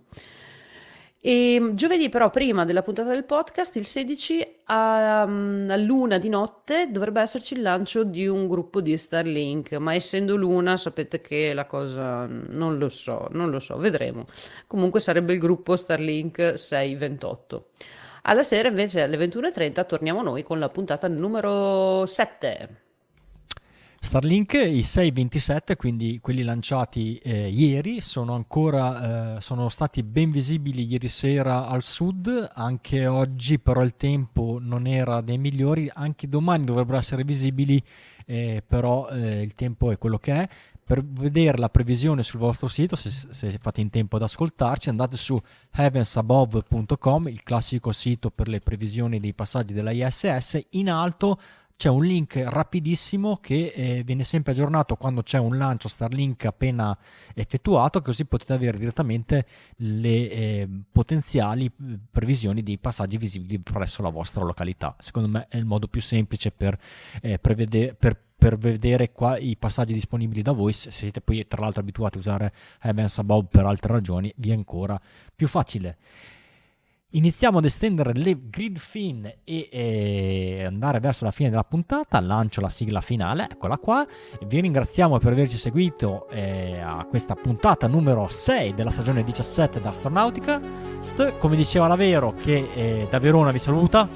E giovedì però, prima della puntata del podcast, il sedici a, a luna di notte dovrebbe esserci il lancio di un gruppo di Starlink, ma essendo luna sapete che la cosa non lo so, non lo so, vedremo. Comunque sarebbe il gruppo Starlink sei ventotto. Alla sera invece alle ventuno e trenta torniamo noi con la puntata numero sette. Starlink, i sei ventisette, quindi quelli lanciati eh, ieri, sono ancora eh, sono stati ben visibili ieri sera al sud, anche oggi però il tempo non era dei migliori, anche domani dovrebbero essere visibili, eh, però eh, il tempo è quello che è. Per vedere la previsione sul vostro sito, se, se fate in tempo ad ascoltarci, andate su heavens above punto com, il classico sito per le previsioni dei passaggi della I S S. In alto c'è un link rapidissimo che eh, viene sempre aggiornato quando c'è un lancio Starlink appena effettuato, così potete avere direttamente le eh, potenziali previsioni di passaggi visibili presso la vostra località. Secondo me è il modo più semplice per eh, prevedere per per vedere qua i passaggi disponibili da voi. Se siete poi tra l'altro abituati a usare Heavens Above per altre ragioni, vi è ancora più facile. Iniziamo ad estendere le grid fin e, e andare verso la fine della puntata. Lancio la sigla finale, eccola qua. Vi ringraziamo per averci seguito eh, a questa puntata numero sei della stagione diciassette da Astronautica. St- come diceva la Vero, che eh, da Verona vi saluta.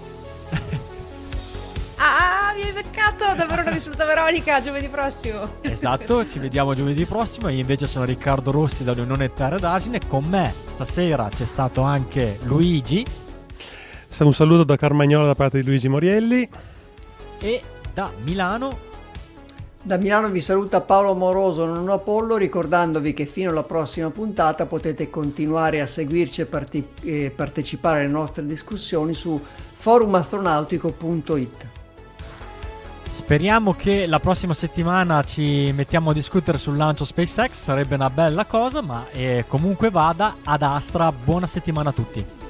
Ah, mi hai beccato, davvero una risoluta Veronica, giovedì prossimo. Esatto, ci vediamo giovedì prossimo. Io invece sono Riccardo Rossi da Unione Terra d'Argine. Con me stasera c'è stato anche Luigi Un saluto da Carmagnola da parte di Luigi Morielli. E da Milano Da Milano vi saluta Paolo Moroso, non Apollo, ricordandovi che fino alla prossima puntata potete continuare a seguirci e parte- eh, partecipare alle nostre discussioni su forum astronautico punto it. Speriamo che la prossima settimana ci mettiamo a discutere sul lancio SpaceX, sarebbe una bella cosa, ma eh, comunque vada, ad Astra, buona settimana a tutti.